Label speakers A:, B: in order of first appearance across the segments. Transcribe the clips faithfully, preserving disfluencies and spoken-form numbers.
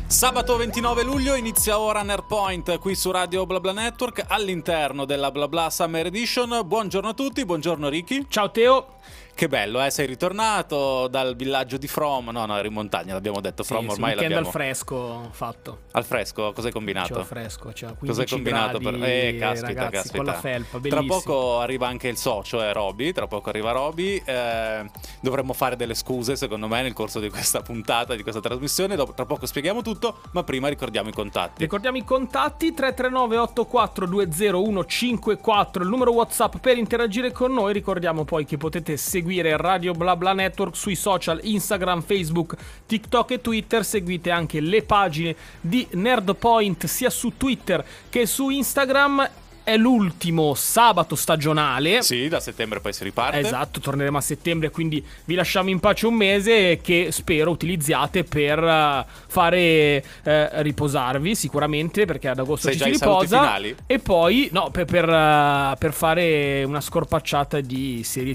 A: Sabato ventinove luglio inizia ora Nerdpoint qui su Radio BlaBla Network all'interno della BlaBla Summer Edition. Buongiorno a tutti, buongiorno Ricky.
B: Ciao Teo.
A: Che bello, eh? Sei ritornato dal villaggio di From. No, no, eri in montagna, l'abbiamo detto. From
B: sì,
A: ormai
B: sì,
A: l'abbiamo.
B: al fresco fatto.
A: Al fresco, cos'hai combinato?
B: C'è al fresco, c'è
A: Cos'hai combinato
B: gradi,
A: per Eh, caspita,
B: ragazzi,
A: caspita.
B: con la felpa, bellissimo.
A: Tra poco arriva anche il socio, eh, Roby. Tra poco arriva Roby. Eh, dovremmo fare delle scuse, secondo me, nel corso di questa puntata, di questa trasmissione. Dopo, tra poco spieghiamo tutto, ma prima ricordiamo i contatti.
B: Ricordiamo i contatti: tre tre nove otto quattro due zero uno cinque quattro, il numero WhatsApp per interagire con noi. Ricordiamo poi che potete seguire Radio BlaBla Network sui social Instagram, Facebook, TikTok e Twitter. Seguite anche le pagine di Nerdpoint sia su Twitter che su Instagram. È l'ultimo sabato stagionale.
A: Sì, da settembre poi si riparte.
B: Esatto, torneremo a settembre, quindi vi lasciamo in pace un mese che spero utilizziate per uh, fare uh, riposarvi sicuramente, perché ad agosto
A: Sei
B: ci
A: già
B: si
A: i saluti
B: riposa
A: finali?
B: E poi no, per, per, uh, per fare una scorpacciata di serie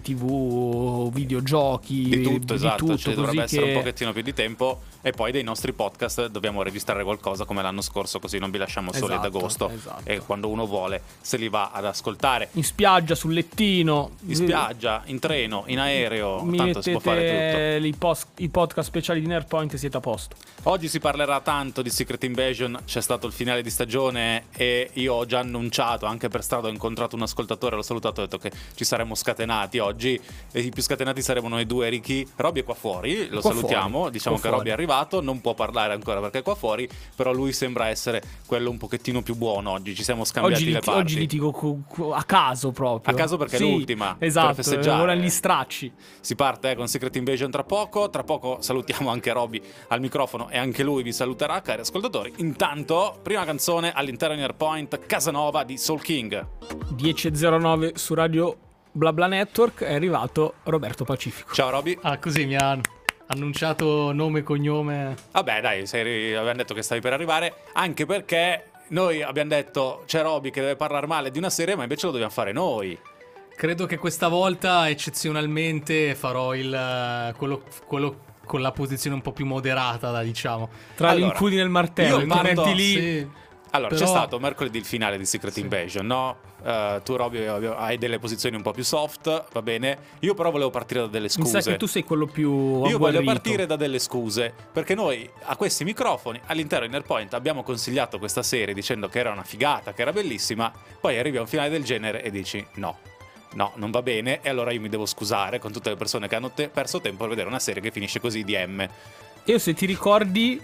B: tv, videogiochi,
A: di tutto,
B: di
A: esatto,
B: tutto,
A: ci dovrebbe
B: così
A: essere
B: che...
A: un pochettino più di tempo. E poi dei nostri podcast dobbiamo registrare qualcosa come l'anno scorso, così non vi lasciamo soli
B: Esatto,
A: ad agosto.
B: esatto.
A: E quando uno vuole se li va ad ascoltare
B: in spiaggia, sul lettino,
A: in spiaggia, in treno, in aereo,
B: mi
A: tanto si può fare tutto.
B: I, post, i podcast speciali di Nerdpoint e siete a posto.
A: Oggi si parlerà tanto di Secret Invasion. C'è stato il finale di stagione e io ho già annunciato, anche per strada ho incontrato un ascoltatore, l'ho salutato e ho detto che ci saremmo scatenati oggi, e i più scatenati saremo noi due. Ricky, Roby è qua fuori, lo
B: qua
A: salutiamo,
B: fuori,
A: diciamo
B: qua
A: che Roby
B: fuori.
A: è arrivato, non può parlare ancora perché è qua fuori, però lui sembra essere quello un pochettino più buono oggi. Ci siamo scambiati
B: Oggi,
A: le
B: liti-
A: parti.
B: oggi litigo co- co- a caso proprio.
A: A caso perché
B: sì,
A: è l'ultima,
B: esatto,
A: per festeggiare.
B: Ora gli stracci.
A: Si parte eh, con Secret Invasion tra poco. Tra poco salutiamo anche Roby al microfono e anche lui vi saluterà, cari ascoltatori. Intanto, prima canzone all'interno di Nerdpoint, Casanova di Soul King.
B: dieci e zero nove su Radio BlaBla Network è arrivato Roberto Pacifico.
A: Ciao Roby.
C: Ah, così mi ha annunciato nome e cognome.
A: Vabbè dai, sei, abbiamo detto che stavi per arrivare, anche perché noi abbiamo detto c'è Roby che deve parlare male di una serie, ma invece lo dobbiamo fare noi.
C: Credo che questa volta eccezionalmente farò il quello, quello con la posizione un po' più moderata, diciamo.
B: Tra
A: Allora,
B: l'incudine e il martello,
A: io
B: ti
A: parto-
B: metti lì.
C: Sì.
A: Allora,
C: Però-
A: c'è stato mercoledì il finale di Secret
C: Sì.
A: Invasion, no? Uh, tu Roby hai delle posizioni un po' più soft, va bene? Io però volevo partire da delle
B: Mi sa
A: scuse.
B: che tu sei quello più
A: Io voglio
B: agguerrito.
A: partire da delle scuse, perché noi a questi microfoni all'interno di Nerdpoint abbiamo consigliato questa serie dicendo che era una figata, che era bellissima, poi arrivi a un finale del genere e dici no, no, non va bene, e allora io mi devo scusare con tutte le persone che hanno te- perso tempo per vedere una serie che finisce così di M.
B: Io, se ti ricordi,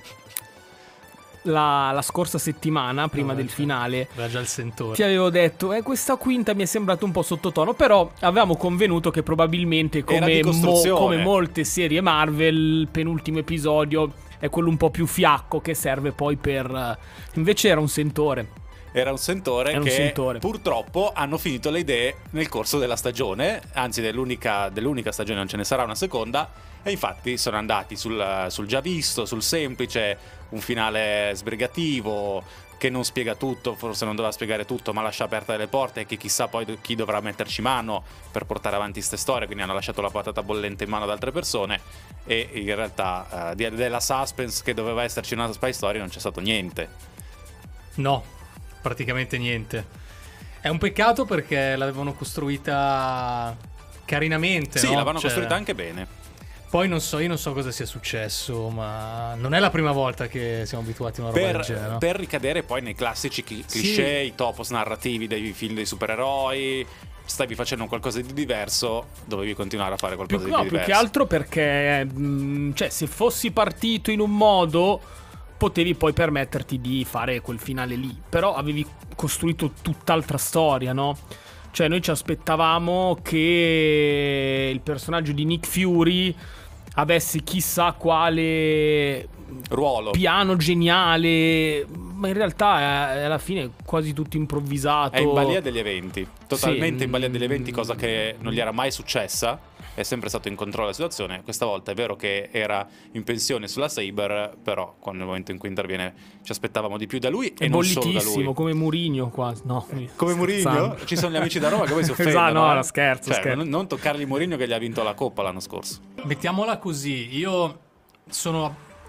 B: la, la scorsa settimana, prima
C: Oh,
B: del
C: sì.
B: finale,
C: Aveva già il sentore.
B: ti avevo detto, eh, questa quinta mi è sembrato un po' sottotono, però avevamo convenuto che probabilmente,
A: Era
B: come,
A: di
B: mo-
A: costruzione.
B: come molte serie Marvel, il penultimo episodio è quello un po' più fiacco che serve poi per... eh, invece era un sentore.
A: Era un sentore
B: Era un
A: che
B: sentore.
A: purtroppo hanno finito le idee nel corso della stagione, anzi dell'unica, dell'unica stagione non ce ne sarà una seconda, e infatti sono andati sul, sul già visto, sul semplice, un finale sbrigativo che non spiega tutto, forse non doveva spiegare tutto, ma lascia aperte delle porte, e che chissà poi chi dovrà metterci mano per portare avanti queste storie, quindi hanno lasciato la patata bollente in mano ad altre persone, e in realtà eh, della suspense che doveva esserci una spy story non c'è stato niente.
C: No, praticamente niente. È un peccato perché l'avevano costruita carinamente,
A: Sì,
C: no?
A: l'avevano
C: Cioè,
A: costruita anche bene.
C: Poi non so, io non so cosa sia successo, ma non è la prima volta che siamo abituati a una roba
A: Per,
C: del genere, no?
A: per ricadere poi nei classici cli-
C: Sì.
A: cliché, i topos narrativi dei film dei supereroi. Stavi facendo qualcosa di diverso, dovevi continuare a fare
B: Più,
A: qualcosa
B: no,
A: di
B: più
A: diverso.
B: che altro perché, mh, cioè, se fossi partito in un modo, potevi poi permetterti di fare quel finale lì. Però avevi costruito tutt'altra storia, no? Cioè, noi ci aspettavamo che il personaggio di Nick Fury avesse chissà quale
A: Ruolo.
B: piano geniale, ma in realtà è alla fine quasi tutto improvvisato.
A: È in balia degli eventi, totalmente
B: Sì.
A: in balia degli eventi, cosa che non gli era mai successa. È sempre stato in controllo della situazione. Questa volta è vero che era in pensione sulla Saber, però quando nel momento in cui interviene ci aspettavamo di più da lui,
B: È
A: e non solo da
B: bollitissimo,
A: lui.
B: come Mourinho quasi. No,
A: Come Mourinho?
B: scherzando.
A: Ci sono gli amici da Roma che poi si offendono.
B: Esatto, no,
A: eh.
B: no, scherzo,
A: Cioè,
B: scherzo.
A: Non, non toccargli Mourinho che gli ha vinto la Coppa l'anno scorso.
C: Mettiamola così, io sono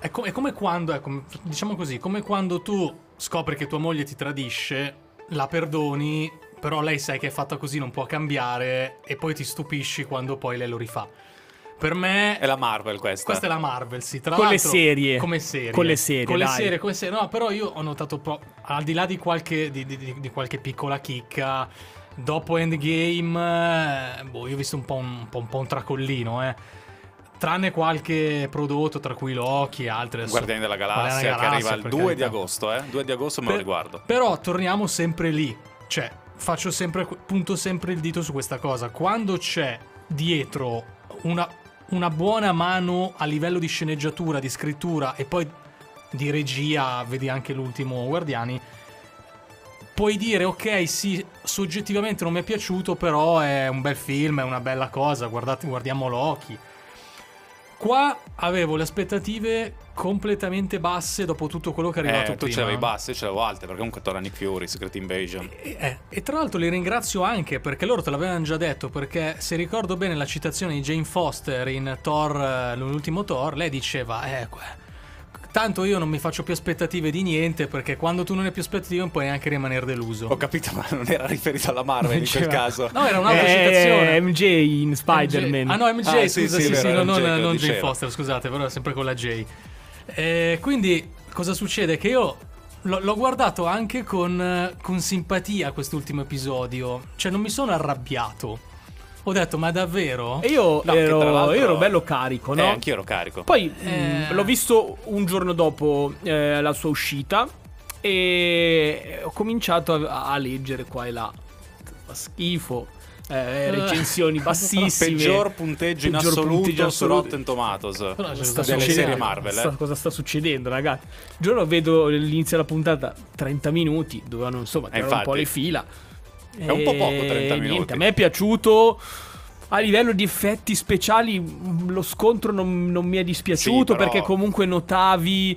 C: È, com- è come quando, ecco, diciamo così, come quando tu scopri che tua moglie ti tradisce, la perdoni, però lei sai che è fatta così, non può cambiare, e poi ti stupisci quando poi lei lo rifà. Per me
A: è la Marvel questa.
C: Questa è la Marvel, sì. Tra
B: con
C: l'altro,
B: le serie.
C: Come serie.
B: Con le serie,
C: Con le
B: dai.
C: serie, come serie. No, però io ho notato, pro- al di là di qualche, di, di, di qualche piccola chicca, dopo Endgame, eh, boh, io ho visto un po' un, un, po', un, po' un tracollino, eh. Tranne qualche prodotto, tra cui Loki e altri. Adesso,
A: Guardiani della Galassia,
C: Guardiani della
A: che arriva
C: Galassia,
A: il
C: per
A: due di
C: carità.
A: agosto, eh. due di agosto me
C: Per-
A: lo riguardo.
C: Però torniamo sempre lì. Cioè, faccio sempre, punto sempre il dito su questa cosa. Quando c'è dietro una, una buona mano a livello di sceneggiatura, di scrittura e poi di regia, vedi anche l'ultimo Guardiani, puoi dire ok, sì, soggettivamente non mi è piaciuto, però è un bel film, è una bella cosa, guardate, guardiamo Loki. Qua avevo le aspettative completamente basse dopo tutto quello che è arrivato
A: Eh, tu
C: prima.
A: ce l'avevi basse, io ce l'avevo alte, perché comunque torna Nick Fury, Secret Invasion.
C: E, eh, e tra l'altro li ringrazio anche perché loro te l'avevano già detto, perché se ricordo bene la citazione di Jane Foster in Thor, eh, l'ultimo Thor, lei diceva eh, que- tanto io non mi faccio più aspettative di niente, perché quando tu non hai più aspettative non puoi neanche rimanere deluso.
A: Ho capito, ma non era riferito alla Marvel in quel
B: Diceva-
A: caso.
C: No, era un'altra
B: Eh,
C: citazione.
B: M J in Spider-Man.
C: Ah no, M J,
A: Ah, sì,
C: scusa,
A: sì,
C: sì,
A: vero,
C: sì,
A: era
C: no,
A: M J
C: non,
A: che lo
C: non Jane
A: diceva.
C: Foster, scusate, però è sempre con la J. Eh, quindi cosa succede? Che io l'ho, l'ho guardato anche con, eh, con simpatia quest'ultimo episodio, cioè non mi sono arrabbiato. Ho detto, ma davvero?
B: E io,
A: No, che tra
B: ero,
A: l'altro-
B: io ero bello carico, no?
A: Eh, anch'io ero carico.
B: Poi
C: Eh.
B: mh, l'ho visto un giorno dopo eh, la sua uscita e ho cominciato a, a leggere qua e là. Fa schifo, eh, recensioni bassissime.
A: Peggior punteggio in
B: Peggior
A: assoluto
B: punteggio
A: su
B: assoluto.
A: Rotten Tomatoes
C: Però c'è
B: Sta
C: stato-
A: delle
B: succedendo?
A: serie Marvel,
B: Sta-
A: eh.
B: cosa sta succedendo, ragazzi? Un giorno vedo l'inizio della puntata, trenta minuti, dovevano insomma tirare un
A: infatti.
B: po' le fila.
A: È un po' poco, trenta
B: E
A: minuti.
B: Niente, a me è piaciuto. A livello di effetti speciali, mh, lo scontro non, non mi è dispiaciuto,
A: Sì, però-
B: perché comunque notavi,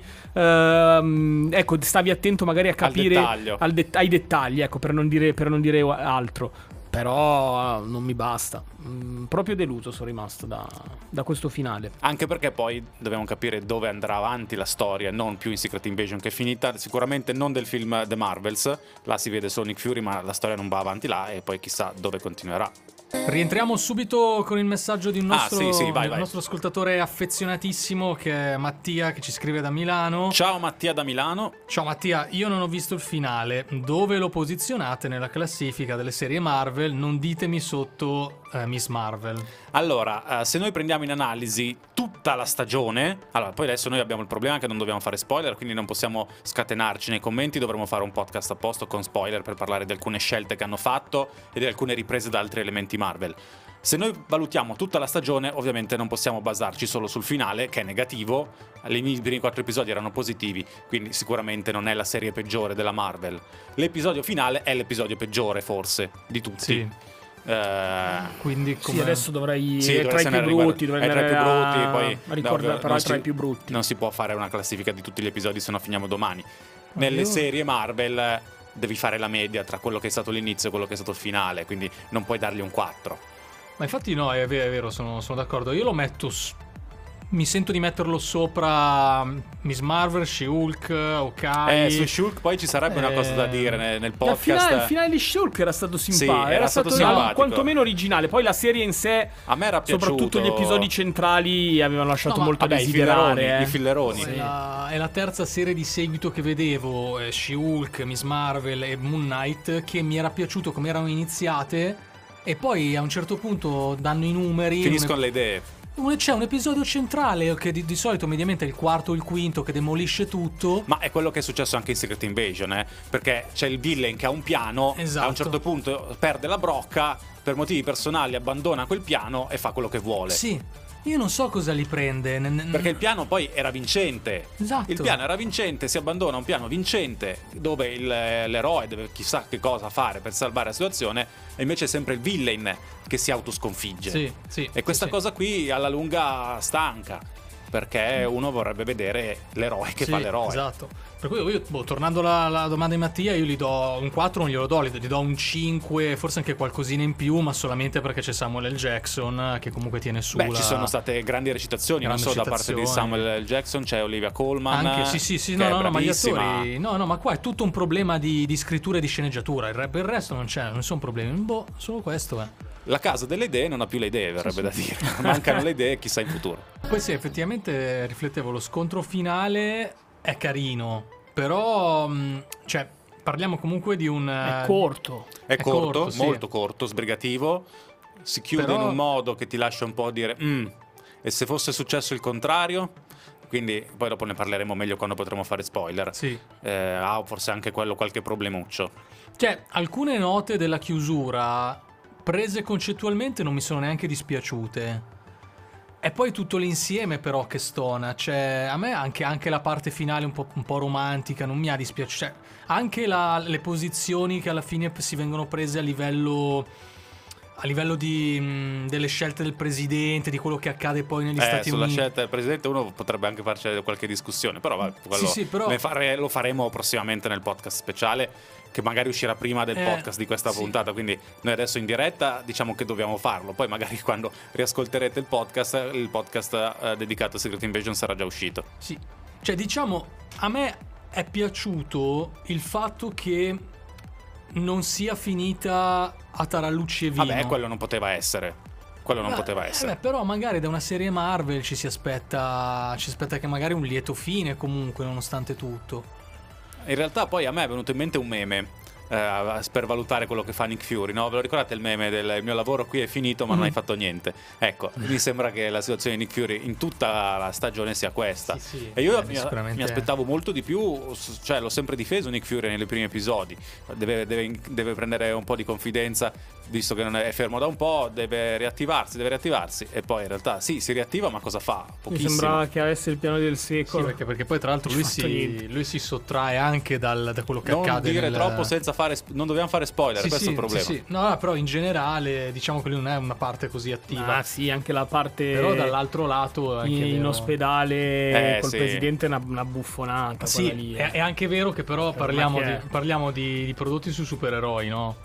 B: ehm, ecco, stavi attento magari a capire
A: dettaglio.
B: al det- ai dettagli, ecco, per non dire, per non dire altro. Però non mi basta. Mm, proprio deluso sono rimasto da, da questo finale.
A: Anche perché poi dobbiamo capire dove andrà avanti la storia, non più in Secret Invasion, che è finita sicuramente non del film The Marvels. Là si vede solo Nick Fury, ma la storia non va avanti là, e poi chissà dove continuerà.
C: Rientriamo subito con il messaggio di un
A: Ah,
C: nostro,
A: sì, sì, vai,
C: un
A: vai.
C: nostro ascoltatore affezionatissimo, che è Mattia, che ci scrive da Milano.
A: Ciao Mattia da Milano.
C: Ciao Mattia, io non ho visto il finale. Dove lo posizionate nella classifica delle serie Marvel? Non ditemi sotto eh, Miss Marvel.
A: Allora, eh, se noi prendiamo in analisi tutta la stagione, allora poi adesso noi abbiamo il problema che non dobbiamo fare spoiler, quindi non possiamo scatenarci nei commenti, dovremo fare un podcast a posto con spoiler per parlare di alcune scelte che hanno fatto e di alcune riprese da altri elementi Marvel. Se noi valutiamo tutta la stagione, ovviamente non possiamo basarci solo sul finale, che è negativo. I primi quattro episodi erano positivi, quindi sicuramente non è la serie peggiore della Marvel. L'episodio finale è l'episodio peggiore, forse, di tutti.
C: Sì.
A: Eh,
C: Quindi
B: Sì,
C: come...
B: adesso dovrei.
A: Sì,
B: è
A: dovrei
B: tra i più
A: essere riguardo-
B: brutti. Dovrei
A: è tra i più
B: andare
A: brutti,
B: a-
A: poi
B: a ricordare,
A: no,
B: però
A: non
B: è tra
A: si-
B: i più brutti.
A: Non si può fare una classifica di tutti gli episodi, se no finiamo domani. Nelle
B: io-
A: serie Marvel eh, devi fare la media tra quello che è stato l'inizio e quello che è stato il finale, quindi non puoi dargli un quattro.
C: Ma infatti no, è vero, è vero, sono, sono d'accordo. Io lo metto... s- Mi sento di metterlo sopra Miss Marvel, She-Hulk, Hawkeye.
A: Eh, su Shulk poi ci sarebbe una cosa da
C: Eh,
A: dire nel, nel
B: Il
A: podcast.
B: finale, il finale di Shulk era stato simpatico.
A: era
B: era
A: stato
B: stato,
A: simpatico.
B: quantomeno originale. Poi la serie in sé,
A: A me era piaciuto.
B: soprattutto gli episodi centrali, avevano lasciato
C: No, ma-
B: molto a
A: Vabbè, i
B: desiderare.
A: filleroni,
B: eh.
A: i filleroni.
C: È, la, è la terza serie di seguito che vedevo, eh, She-Hulk, Miss Marvel e Moon Knight, che mi era piaciuto come erano iniziate, e poi a un certo punto danno i numeri.
A: Finiscono
C: un-
A: le idee.
C: un- C'è un episodio centrale che di, di solito mediamente è il quarto o il quinto, che demolisce tutto.
A: Ma è quello che è successo anche in Secret Invasion, eh? Perché c'è il villain che ha un piano,
C: Esatto.
A: a un certo punto perde la brocca, per motivi personali abbandona quel piano e fa quello che vuole.
C: Sì, io non so cosa li prende. n- n-
A: Perché il piano poi era vincente.
C: Esatto.
A: Il piano era vincente, si abbandona un piano vincente dove il- l'eroe deve chissà che cosa fare per salvare la situazione, e invece è sempre il villain che si autosconfigge.
C: Sì, sì,
A: E questa
C: sì,
A: cosa qui alla lunga stanca. perché uno vorrebbe vedere l'eroe che
C: Sì,
A: fa l'eroe.
C: Esatto. Per cui io, boh, tornando alla, alla domanda di Mattia, io gli do un quattro, non glielo do, gli gli do un cinque, forse anche qualcosina in più, ma solamente perché c'è Samuel L. Jackson che comunque tiene su.
A: Beh,
C: la...
A: ci sono state grandi recitazioni,
C: Grandi
A: non solo da parte di
C: recitazioni.
A: Samuel L. Jackson, c'è Olivia Colman.
C: Anche, sì, sì, sì,
A: che
C: no,
A: è
C: no, no, ma gli
A: bravissima.
C: attori. No, no, ma qua è tutto un problema di, di scrittura e di sceneggiatura. Il, re- per il resto non c'è, non sono problemi. Boh, solo questo, eh.
A: La casa delle idee non ha più le idee, verrebbe da dire. Mancano le idee, chissà in futuro.
C: Poi sì, effettivamente riflettevo, lo scontro finale è carino, però mh, cioè parliamo comunque di un
B: È
C: eh,
B: corto.
A: È,
C: È
A: corto,
C: corto, sì.
A: molto corto, sbrigativo. Si chiude
C: Però-
A: in un modo che ti lascia un po' dire "Mm, e se fosse successo il contrario?" Quindi poi dopo ne parleremo meglio quando potremo fare spoiler.
C: Sì.
A: Eh, ha forse anche quello qualche problemuccio.
C: Cioè, alcune note della chiusura prese concettualmente non mi sono neanche dispiaciute. E poi tutto l'insieme però che stona, cioè a me anche, anche la parte finale un po', un po' romantica non mi ha dispiaciuto, cioè, anche la- le posizioni che alla fine si vengono prese a livello a livello di, mh, delle scelte del presidente, di quello che accade poi negli
A: Eh,
C: Stati
A: sulla
C: Uniti.
A: scelta del presidente uno potrebbe anche farci qualche discussione, però vabbè, quello
C: sì, però-
A: ne fare- lo faremo prossimamente nel podcast speciale che magari uscirà prima del
C: Eh,
A: podcast di questa
C: sì.
A: puntata, quindi noi adesso in diretta diciamo che dobbiamo farlo, poi magari quando riascolterete il podcast, il podcast eh, dedicato a Secret Invasion sarà già uscito.
C: Sì, cioè diciamo, a me è piaciuto il fatto che non sia finita a tarallucci e vino.
A: Vabbè, quello non poteva essere. Quello non
C: Beh,
A: poteva
C: eh,
A: essere.
C: beh, però magari da una serie Marvel ci si aspetta ci aspetta che magari un lieto fine comunque, nonostante tutto.
A: In realtà poi a me è venuto in mente un meme eh, per valutare quello che fa Nick Fury, no? Ve lo ricordate il meme del "il mio lavoro qui è finito ma non hai fatto niente"? Ecco, mi sembra che la situazione di Nick Fury in tutta la stagione sia questa.
C: Sì, sì.
A: E io
C: Eh,
A: mi,
C: sicuramente
A: mi aspettavo molto di più, s- cioè l'ho sempre difeso Nick Fury nei primi episodi, deve, deve- deve prendere un po' di confidenza, visto che non è fermo da un po', deve riattivarsi, deve riattivarsi e poi in realtà sì, si riattiva ma cosa fa?
B: Mi
A: Pochissimo.
B: sembrava che avesse il piano del
C: Sì,
B: secolo.
C: perché, perché poi tra l'altro lui
B: Non ci ha fatto
C: si,
B: niente.
C: lui si sottrae anche dal- da quello che
A: Non
C: accade
A: dire
C: nel...
A: troppo senza fare sp- non dobbiamo fare spoiler,
C: Sì,
A: questo
C: sì,
A: è il problema.
C: sì, sì. No, però in generale diciamo che lui non è una parte così attiva.
B: Ah sì, anche la parte
C: Però dall'altro lato è
B: in,
C: anche
B: in
C: vero-
B: ospedale
A: Eh,
B: col
A: sì.
B: presidente è una, una buffonata.
C: Sì,
B: quella lì, eh.
C: è, è anche vero che però
B: Cioè,
C: parliamo,
B: ma che
C: di,
B: è?
C: parliamo di, di prodotti su supereroi, no?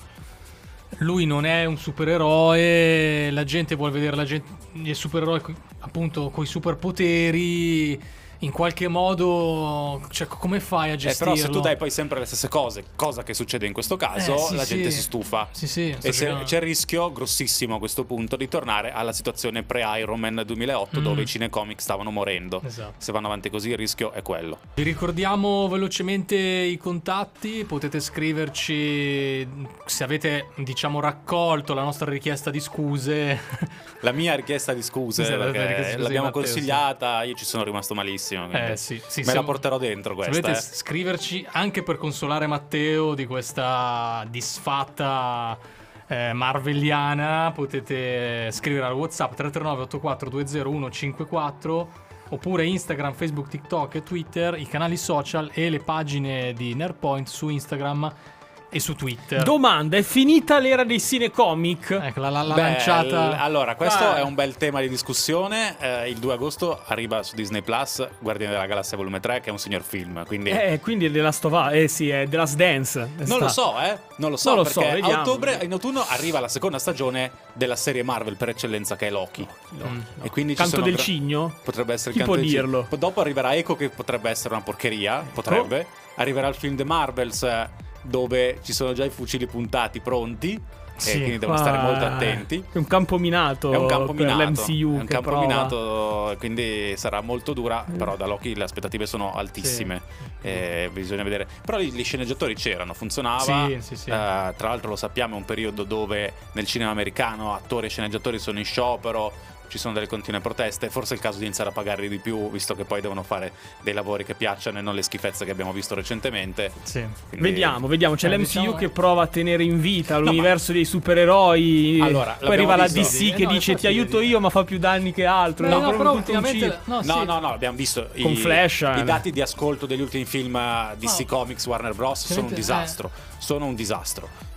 C: Lui non è un supereroe, la gente vuole vedere la gente, gli supereroi co- appunto con i superpoteri. In qualche modo, cioè, come fai a
A: Eh,
C: gestirlo?
A: però se tu dai poi sempre le stesse cose, cosa che succede in questo caso,
C: Eh, sì,
A: la
C: sì.
A: gente si stufa.
C: Sì, sì, sto
A: E se-
C: giocando.
A: c'è il rischio grossissimo a questo punto di tornare alla situazione pre-Iron Man duemilaotto
C: Mm.
A: dove i cinecomic stavano morendo.
C: Esatto.
A: Se vanno avanti così il rischio è quello.
C: Vi ricordiamo velocemente i contatti, potete scriverci se avete, diciamo, raccolto la nostra richiesta di scuse.
A: La mia richiesta di scuse,
C: Sì, la
A: perché
C: richiesta di scuse di
A: l'abbiamo
C: Matteo,
A: consigliata, io ci sono rimasto malissimo. quindi
C: Eh, sì, sì,
A: me
C: se-
A: la porterò dentro
C: Se
A: questa.
C: volete
A: eh.
C: scriverci anche per consolare Matteo di questa disfatta eh, marveliana, potete scrivere al WhatsApp tre tre nove otto quattro due zero uno cinque quattro oppure Instagram, Facebook, TikTok e Twitter, i canali social e le pagine di Nerdpoint su Instagram e su Twitter.
B: Domanda, è finita l'era dei cinecomic?
C: Ecco, la, la, la
A: Beh,
C: lanciata.
A: l- allora, questo
B: Ah.
A: è un bel tema di discussione. Eh, il due agosto arriva su Disney Plus Guardiani della Galassia volume tre, che è un signor film. Quindi
B: Eh, quindi è The Last of Us, eh sì, è The Last Dance. è
A: non lo
B: sta-
A: so, eh. Non lo so,
B: Non lo so,
A: perché a
B: vediamo.
A: ottobre, in autunno, arriva la seconda stagione della serie Marvel per eccellenza, che è Loki.
C: Mm.
A: E quindi ci
B: Canto
A: sono
B: del
A: gra-
B: cigno?
A: Potrebbe essere
B: Chi
A: il canto
B: può
A: del cigno.
B: dirlo?
A: Poi dopo arriverà Echo, che potrebbe essere una porcheria. Potrebbe. Arriverà il film The Marvels, eh, dove ci sono già i fucili puntati pronti.
C: Sì,
A: e quindi devono
B: Qua
A: stare molto attenti.
B: È un campo minato
A: È un campo
B: per
A: minato,
B: l'M C U
A: è un
B: che
A: campo
B: prova.
A: minato, quindi sarà molto dura. Però da Loki le aspettative sono altissime.
C: Sì.
A: E bisogna vedere. Però gli, gli sceneggiatori c'erano, funzionava.
C: Sì, sì, sì.
A: Eh, tra l'altro lo sappiamo, è un periodo dove nel cinema americano attori e sceneggiatori sono in sciopero. Ci sono delle continue proteste, forse è il caso di iniziare a pagarli di più, visto che poi devono fare dei lavori che piacciono e non le schifezze che abbiamo visto recentemente.
C: Sì.
A: Quindi-
B: Vediamo, vediamo. C'è
C: Eh,
B: l'M C U
C: diciamo-
B: che prova a tenere in vita l'universo dei supereroi.
A: Allora,
B: poi arriva
A: l'abbiamo
B: la
A: visto.
B: D C
C: Eh,
B: che
C: no,
B: dice
C: infatti,
B: ti aiuto
C: vedi.
B: io ma fa più danni che altro.
C: No,
B: È
C: no,
B: proprio
C: però
B: tutto un
C: ultimamente
B: circo.
C: no,
A: No,
C: sì.
A: no, no, abbiamo visto
B: Con
A: i,
B: Flash, eh.
A: i dati di ascolto degli ultimi film eh, D C
C: No.
A: Comics, Warner Bros. sono un
C: Ovviamente,
A: disastro. Sono un disastro.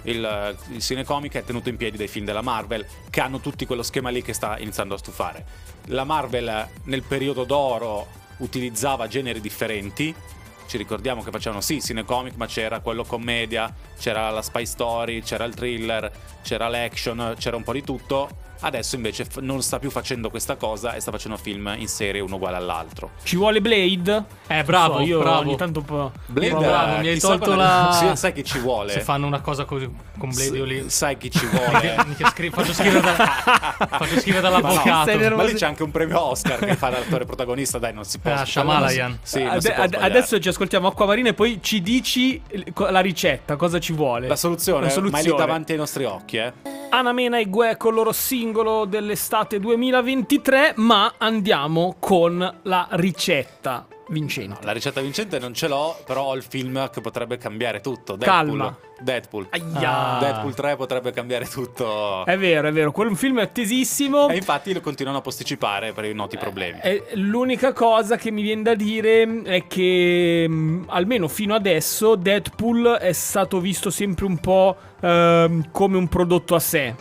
A: il, il cinecomic è tenuto in piedi dai film della Marvel, che hanno tutti quello schema lì che sta iniziando a stufare. La Marvel nel periodo d'oro utilizzava generi differenti. Ci ricordiamo che facevano sì cinecomic, ma c'era quello commedia, c'era la spy story, c'era il thriller, c'era l'action, c'era un po' di tutto. Adesso invece f- non sta più facendo questa cosa e sta facendo film in serie uno uguale all'altro.
B: Ci vuole Blade?
C: Eh, bravo,
B: So, io
C: bravo.
B: ogni tanto un po'.
A: Blade,
C: bravo, mi hai
A: chissà
C: tolto
A: quando-
C: la-
A: Sì, sai chi ci vuole?
C: Se fanno una cosa così con Blade io lì.
A: S- sai chi ci vuole?
C: Mica scri- faccio scrivere da- faccio scrivere
A: Ma no,
C: dall'avvocato.
B: sei nervoso.
A: ma lì c'è anche un premio Oscar che fa l'attore protagonista, dai, non si può.
C: Ah, Shyamalan.
A: Sì, non
B: Ade-
A: si può
B: ad-
A: sbagliare.
B: adesso ci ascoltiamo Acquamarina e poi ci dici il- co- la ricetta, cosa ci vuole.
A: la soluzione,
B: La soluzione.
A: ma è lì davanti ai nostri occhi, eh.
B: Anna Mena e Gue con il loro singolo dell'estate duemilaventitré, ma andiamo con la ricetta vincente.
A: La ricetta vincente non ce l'ho, però ho il film che potrebbe cambiare tutto. Deadpool.
B: Calma.
A: Deadpool.
B: Aia.
A: Deadpool tre potrebbe cambiare tutto.
B: È vero, è vero, quel film è attesissimo.
A: E infatti lo continuano a posticipare per i noti problemi.
B: E l'unica cosa che mi viene da dire è che mh, almeno fino adesso Deadpool è stato visto sempre un po' ehm, come un prodotto a sé.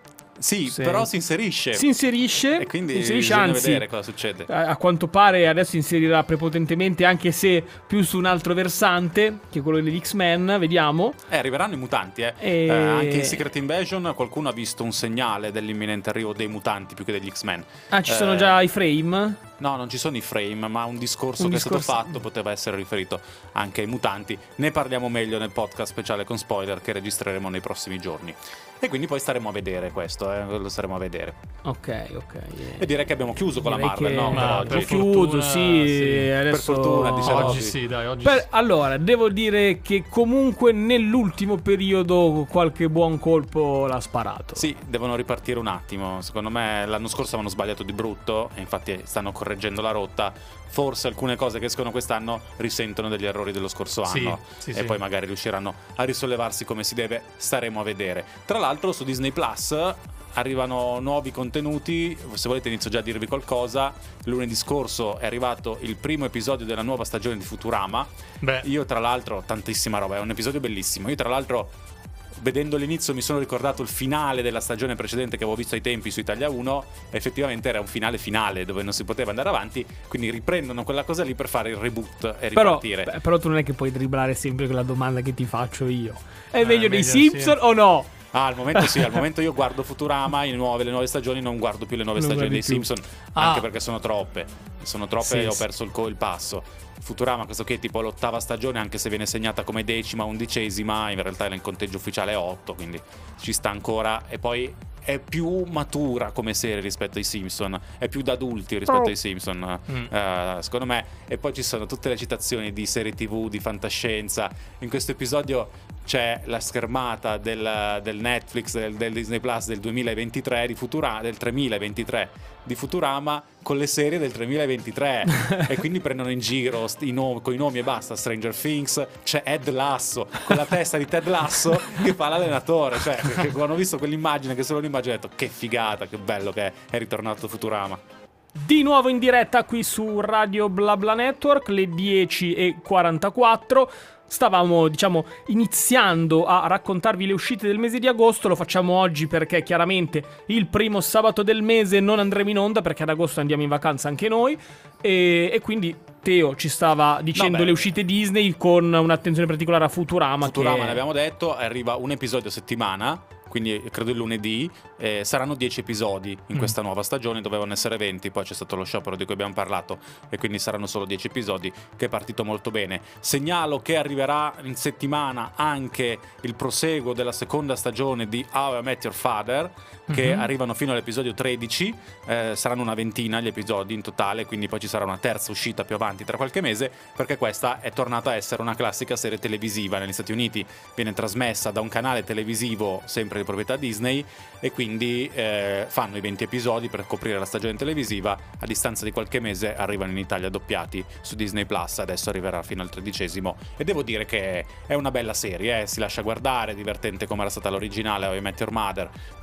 A: Sì,
B: Sì.
A: però si inserisce.
B: Si inserisce,
A: E quindi
B: si inserisce,
A: bisogna
B: anzi,
A: vedere cosa succede.
B: a, a quanto pare adesso inserirà prepotentemente, anche se più su un altro versante, che è quello degli X-Men, vediamo.
A: Eh, arriveranno i mutanti, eh.
B: E-
A: Eh, anche in Secret Invasion qualcuno ha visto un segnale dell'imminente arrivo dei mutanti più che degli X-Men.
B: Ah, ci sono
A: Eh,
B: già i frame?
A: No, non ci sono i frame, ma un discorso
B: Un
A: che
B: discorso-
A: è stato fatto poteva essere riferito anche ai mutanti. Ne parliamo meglio nel podcast speciale con spoiler che registreremo nei prossimi giorni. E quindi poi staremo a vedere questo, eh, lo staremo a vedere.
B: Ok, ok.
A: E direi che abbiamo chiuso con la
B: Direi
A: Marvel,
B: che-
A: no? Per
C: Ma
A: oggi.
C: per
B: Ho chiuso,
C: fortuna,
B: sì,
C: sì.
B: adesso...
A: Per fortuna, diciamo.
C: Oggi
A: sì.
C: sì, dai, oggi
B: Per-
C: sì.
B: allora, devo dire che comunque nell'ultimo periodo qualche buon colpo l'ha sparato.
A: Sì, devono ripartire un attimo. Secondo me l'anno scorso avevano sbagliato di brutto e infatti stanno correggendo la rotta. Forse alcune cose che escono quest'anno risentono degli errori dello scorso
C: Sì,
A: anno
C: sì,
A: e
C: sì.
A: poi magari riusciranno a risollevarsi come si deve. Staremo a vedere. Tra l'altro su Disney Plus arrivano nuovi contenuti. Se volete inizio già a dirvi qualcosa. Lunedì scorso è arrivato il primo episodio della nuova stagione di Futurama.
C: Beh,
A: Io tra l'altro, tantissima roba, è un episodio bellissimo. Io tra l'altro, vedendo l'inizio, mi sono ricordato il finale della stagione precedente che avevo visto ai tempi su Italia uno. Effettivamente era un finale finale dove non si poteva andare avanti, quindi riprendono quella cosa lì per fare il reboot e
B: Però,
A: ripartire.
B: beh, però tu non è che puoi dribblare sempre quella domanda che ti faccio io. È
C: Eh,
B: meglio dei
C: meglio
B: Simpson
C: sì.
B: o no?
A: Ah, al momento sì, al momento io guardo Futurama, i nuove, le nuove stagioni, non guardo più le nuove
B: Non
A: stagioni dei
B: guardi più.
A: Simpson,
C: Ah.
A: anche perché sono troppe. Sono troppe
B: Sì,
A: e ho
B: sì.
A: perso il, co- il passo. Futurama, questo che è tipo l'ottava stagione, anche se viene segnata come decima, undicesima, in realtà il conteggio ufficiale è otto, quindi ci sta ancora. E poi è più matura come serie rispetto ai Simpson, è più da adulti rispetto
B: Oh.
A: ai Simpson,
C: Mm.
A: eh, secondo me. E poi ci sono tutte le citazioni di serie tv, di fantascienza. In questo episodio c'è la schermata del, del Netflix, del, del Disney Plus del duemilaventitré di Futurama, del tremilaventitré di Futurama, con le serie del tremilaventitré e quindi prendono in giro sti no- con i nomi e basta. Stranger Things, c'è Ed Lasso con la testa di Ted Lasso che fa l'allenatore, cioè che quando ho visto quell'immagine, che solo l'immagine, ho detto che figata, che bello che è, è ritornato Futurama.
B: Di nuovo in diretta qui su Radio BlaBla Network, le dieci e quarantaquattro. Stavamo, diciamo, iniziando a raccontarvi le uscite del mese di agosto. Lo facciamo oggi perché chiaramente il primo sabato del mese non andremo in onda, perché ad agosto andiamo in vacanza anche noi. E, e quindi Teo ci stava dicendo
A: Vabbè.
B: le uscite Disney con un'attenzione particolare a Futurama.
A: Futurama,
B: che...
A: ne abbiamo detto, arriva un episodio a settimana, quindi credo il lunedì. Eh, saranno dieci episodi in
C: Mm.
A: questa nuova stagione, dovevano essere venti, poi c'è stato lo sciopero di cui abbiamo parlato e quindi saranno solo dieci episodi, che è partito molto bene. Segnalo che arriverà in settimana anche il proseguo della seconda stagione di How I Met Your Father, che
C: Mhm.
A: arrivano fino all'episodio tredici, eh, saranno una ventina gli episodi in totale, quindi poi ci sarà una terza uscita più avanti tra qualche mese, perché questa è tornata a essere una classica serie televisiva. Negli Stati Uniti viene trasmessa da un canale televisivo sempre di proprietà Disney e quindi eh, fanno i venti episodi per coprire la stagione televisiva. A distanza di qualche mese arrivano in Italia doppiati su Disney Plus, adesso arriverà fino al tredicesimo e devo dire che è una bella serie, eh? Si lascia guardare, è divertente come era stata l'originale How I Met Your Mother, quindi devo dire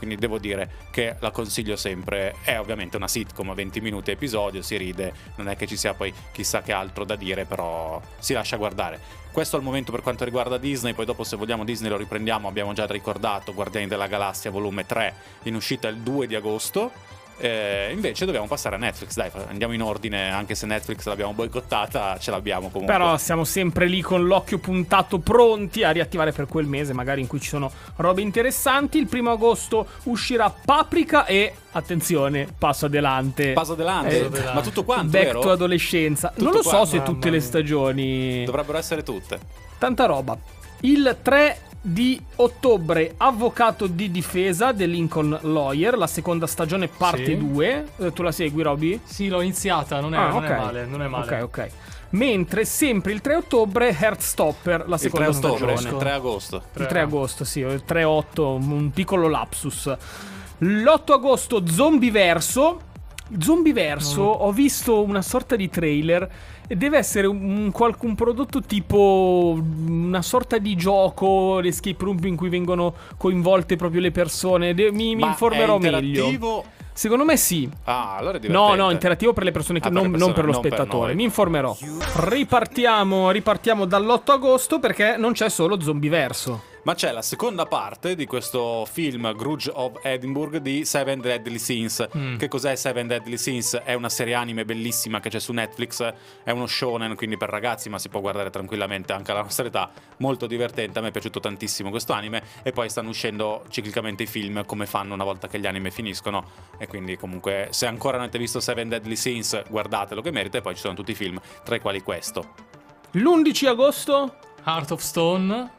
A: uscire, che la consiglio sempre. È ovviamente una sitcom, venti minuti a episodio, si ride, non è che ci sia poi chissà che altro da dire, però si lascia guardare. Questo al momento per quanto riguarda Disney. Poi dopo, se vogliamo, Disney lo riprendiamo. Abbiamo già ricordato Guardiani della Galassia volume tre, in uscita il due di agosto. Eh, invece dobbiamo passare a Netflix, dai, andiamo in ordine, anche se Netflix l'abbiamo boicottata, ce l'abbiamo comunque.
B: Però siamo sempre lì con l'occhio puntato, pronti a riattivare per quel mese magari in cui ci sono robe interessanti. Il primo agosto uscirà Paprika e, attenzione, passo adelante.
A: Passo adelante,
B: Eh,
A: ma tutto quanto,
B: Back
A: vero?
B: to adolescenza.
A: Tutto
B: Non lo so
A: quanto.
B: se tutte
C: Mamma
B: le
C: mia.
B: stagioni.
A: Dovrebbero essere tutte.
B: Tanta roba. Il tre di ottobre, Avvocato di difesa, The Lincoln Lawyer, la seconda stagione parte
C: Sì.
B: due. Eh, tu la segui, Roby?
C: Sì, l'ho iniziata, non è,
B: Ah,
C: non
B: ok.
C: è male, non è male.
B: Ok, ok. Mentre sempre il tre ottobre, Heartstopper, la
A: Il tre
B: seconda
A: ottobre,
B: stagione.
A: il tre agosto.
B: Il tre agosto, sì, il tre otto, un piccolo lapsus. L'otto agosto, Zombiverso. Zombiverso,
C: No.
B: ho visto una sorta di trailer e deve essere un, un qualcun prodotto tipo una sorta di gioco, l'escape room in cui vengono coinvolte proprio le persone. De- mi, mi
A: Ma
B: informerò
A: è
B: meglio.
A: interattivo?
B: Secondo me sì.
A: Ah, allora è
B: No,
A: divertente.
B: no, interattivo per le persone che
A: Ah, per
B: non,
A: le
B: non
A: persone,
B: per lo
A: non per
B: spettatore.
A: noi.
B: Mi informerò. Ripartiamo, ripartiamo dall'otto agosto perché non c'è solo Zombiverso.
A: Ma c'è la seconda parte di questo film Grudge of Edinburgh di Seven Deadly Sins.
C: Mm.
A: Che cos'è Seven Deadly Sins? È una serie anime bellissima che c'è su Netflix. È uno shonen, quindi per ragazzi, ma si può guardare tranquillamente anche alla nostra età. Molto divertente, a me è piaciuto tantissimo questo anime. E poi stanno uscendo ciclicamente i film, come fanno una volta che gli anime finiscono. E quindi comunque, se ancora non avete visto Seven Deadly Sins, guardatelo che merita. E poi ci sono tutti i film, tra i quali questo.
B: L'undici agosto?
C: Heart of Stone,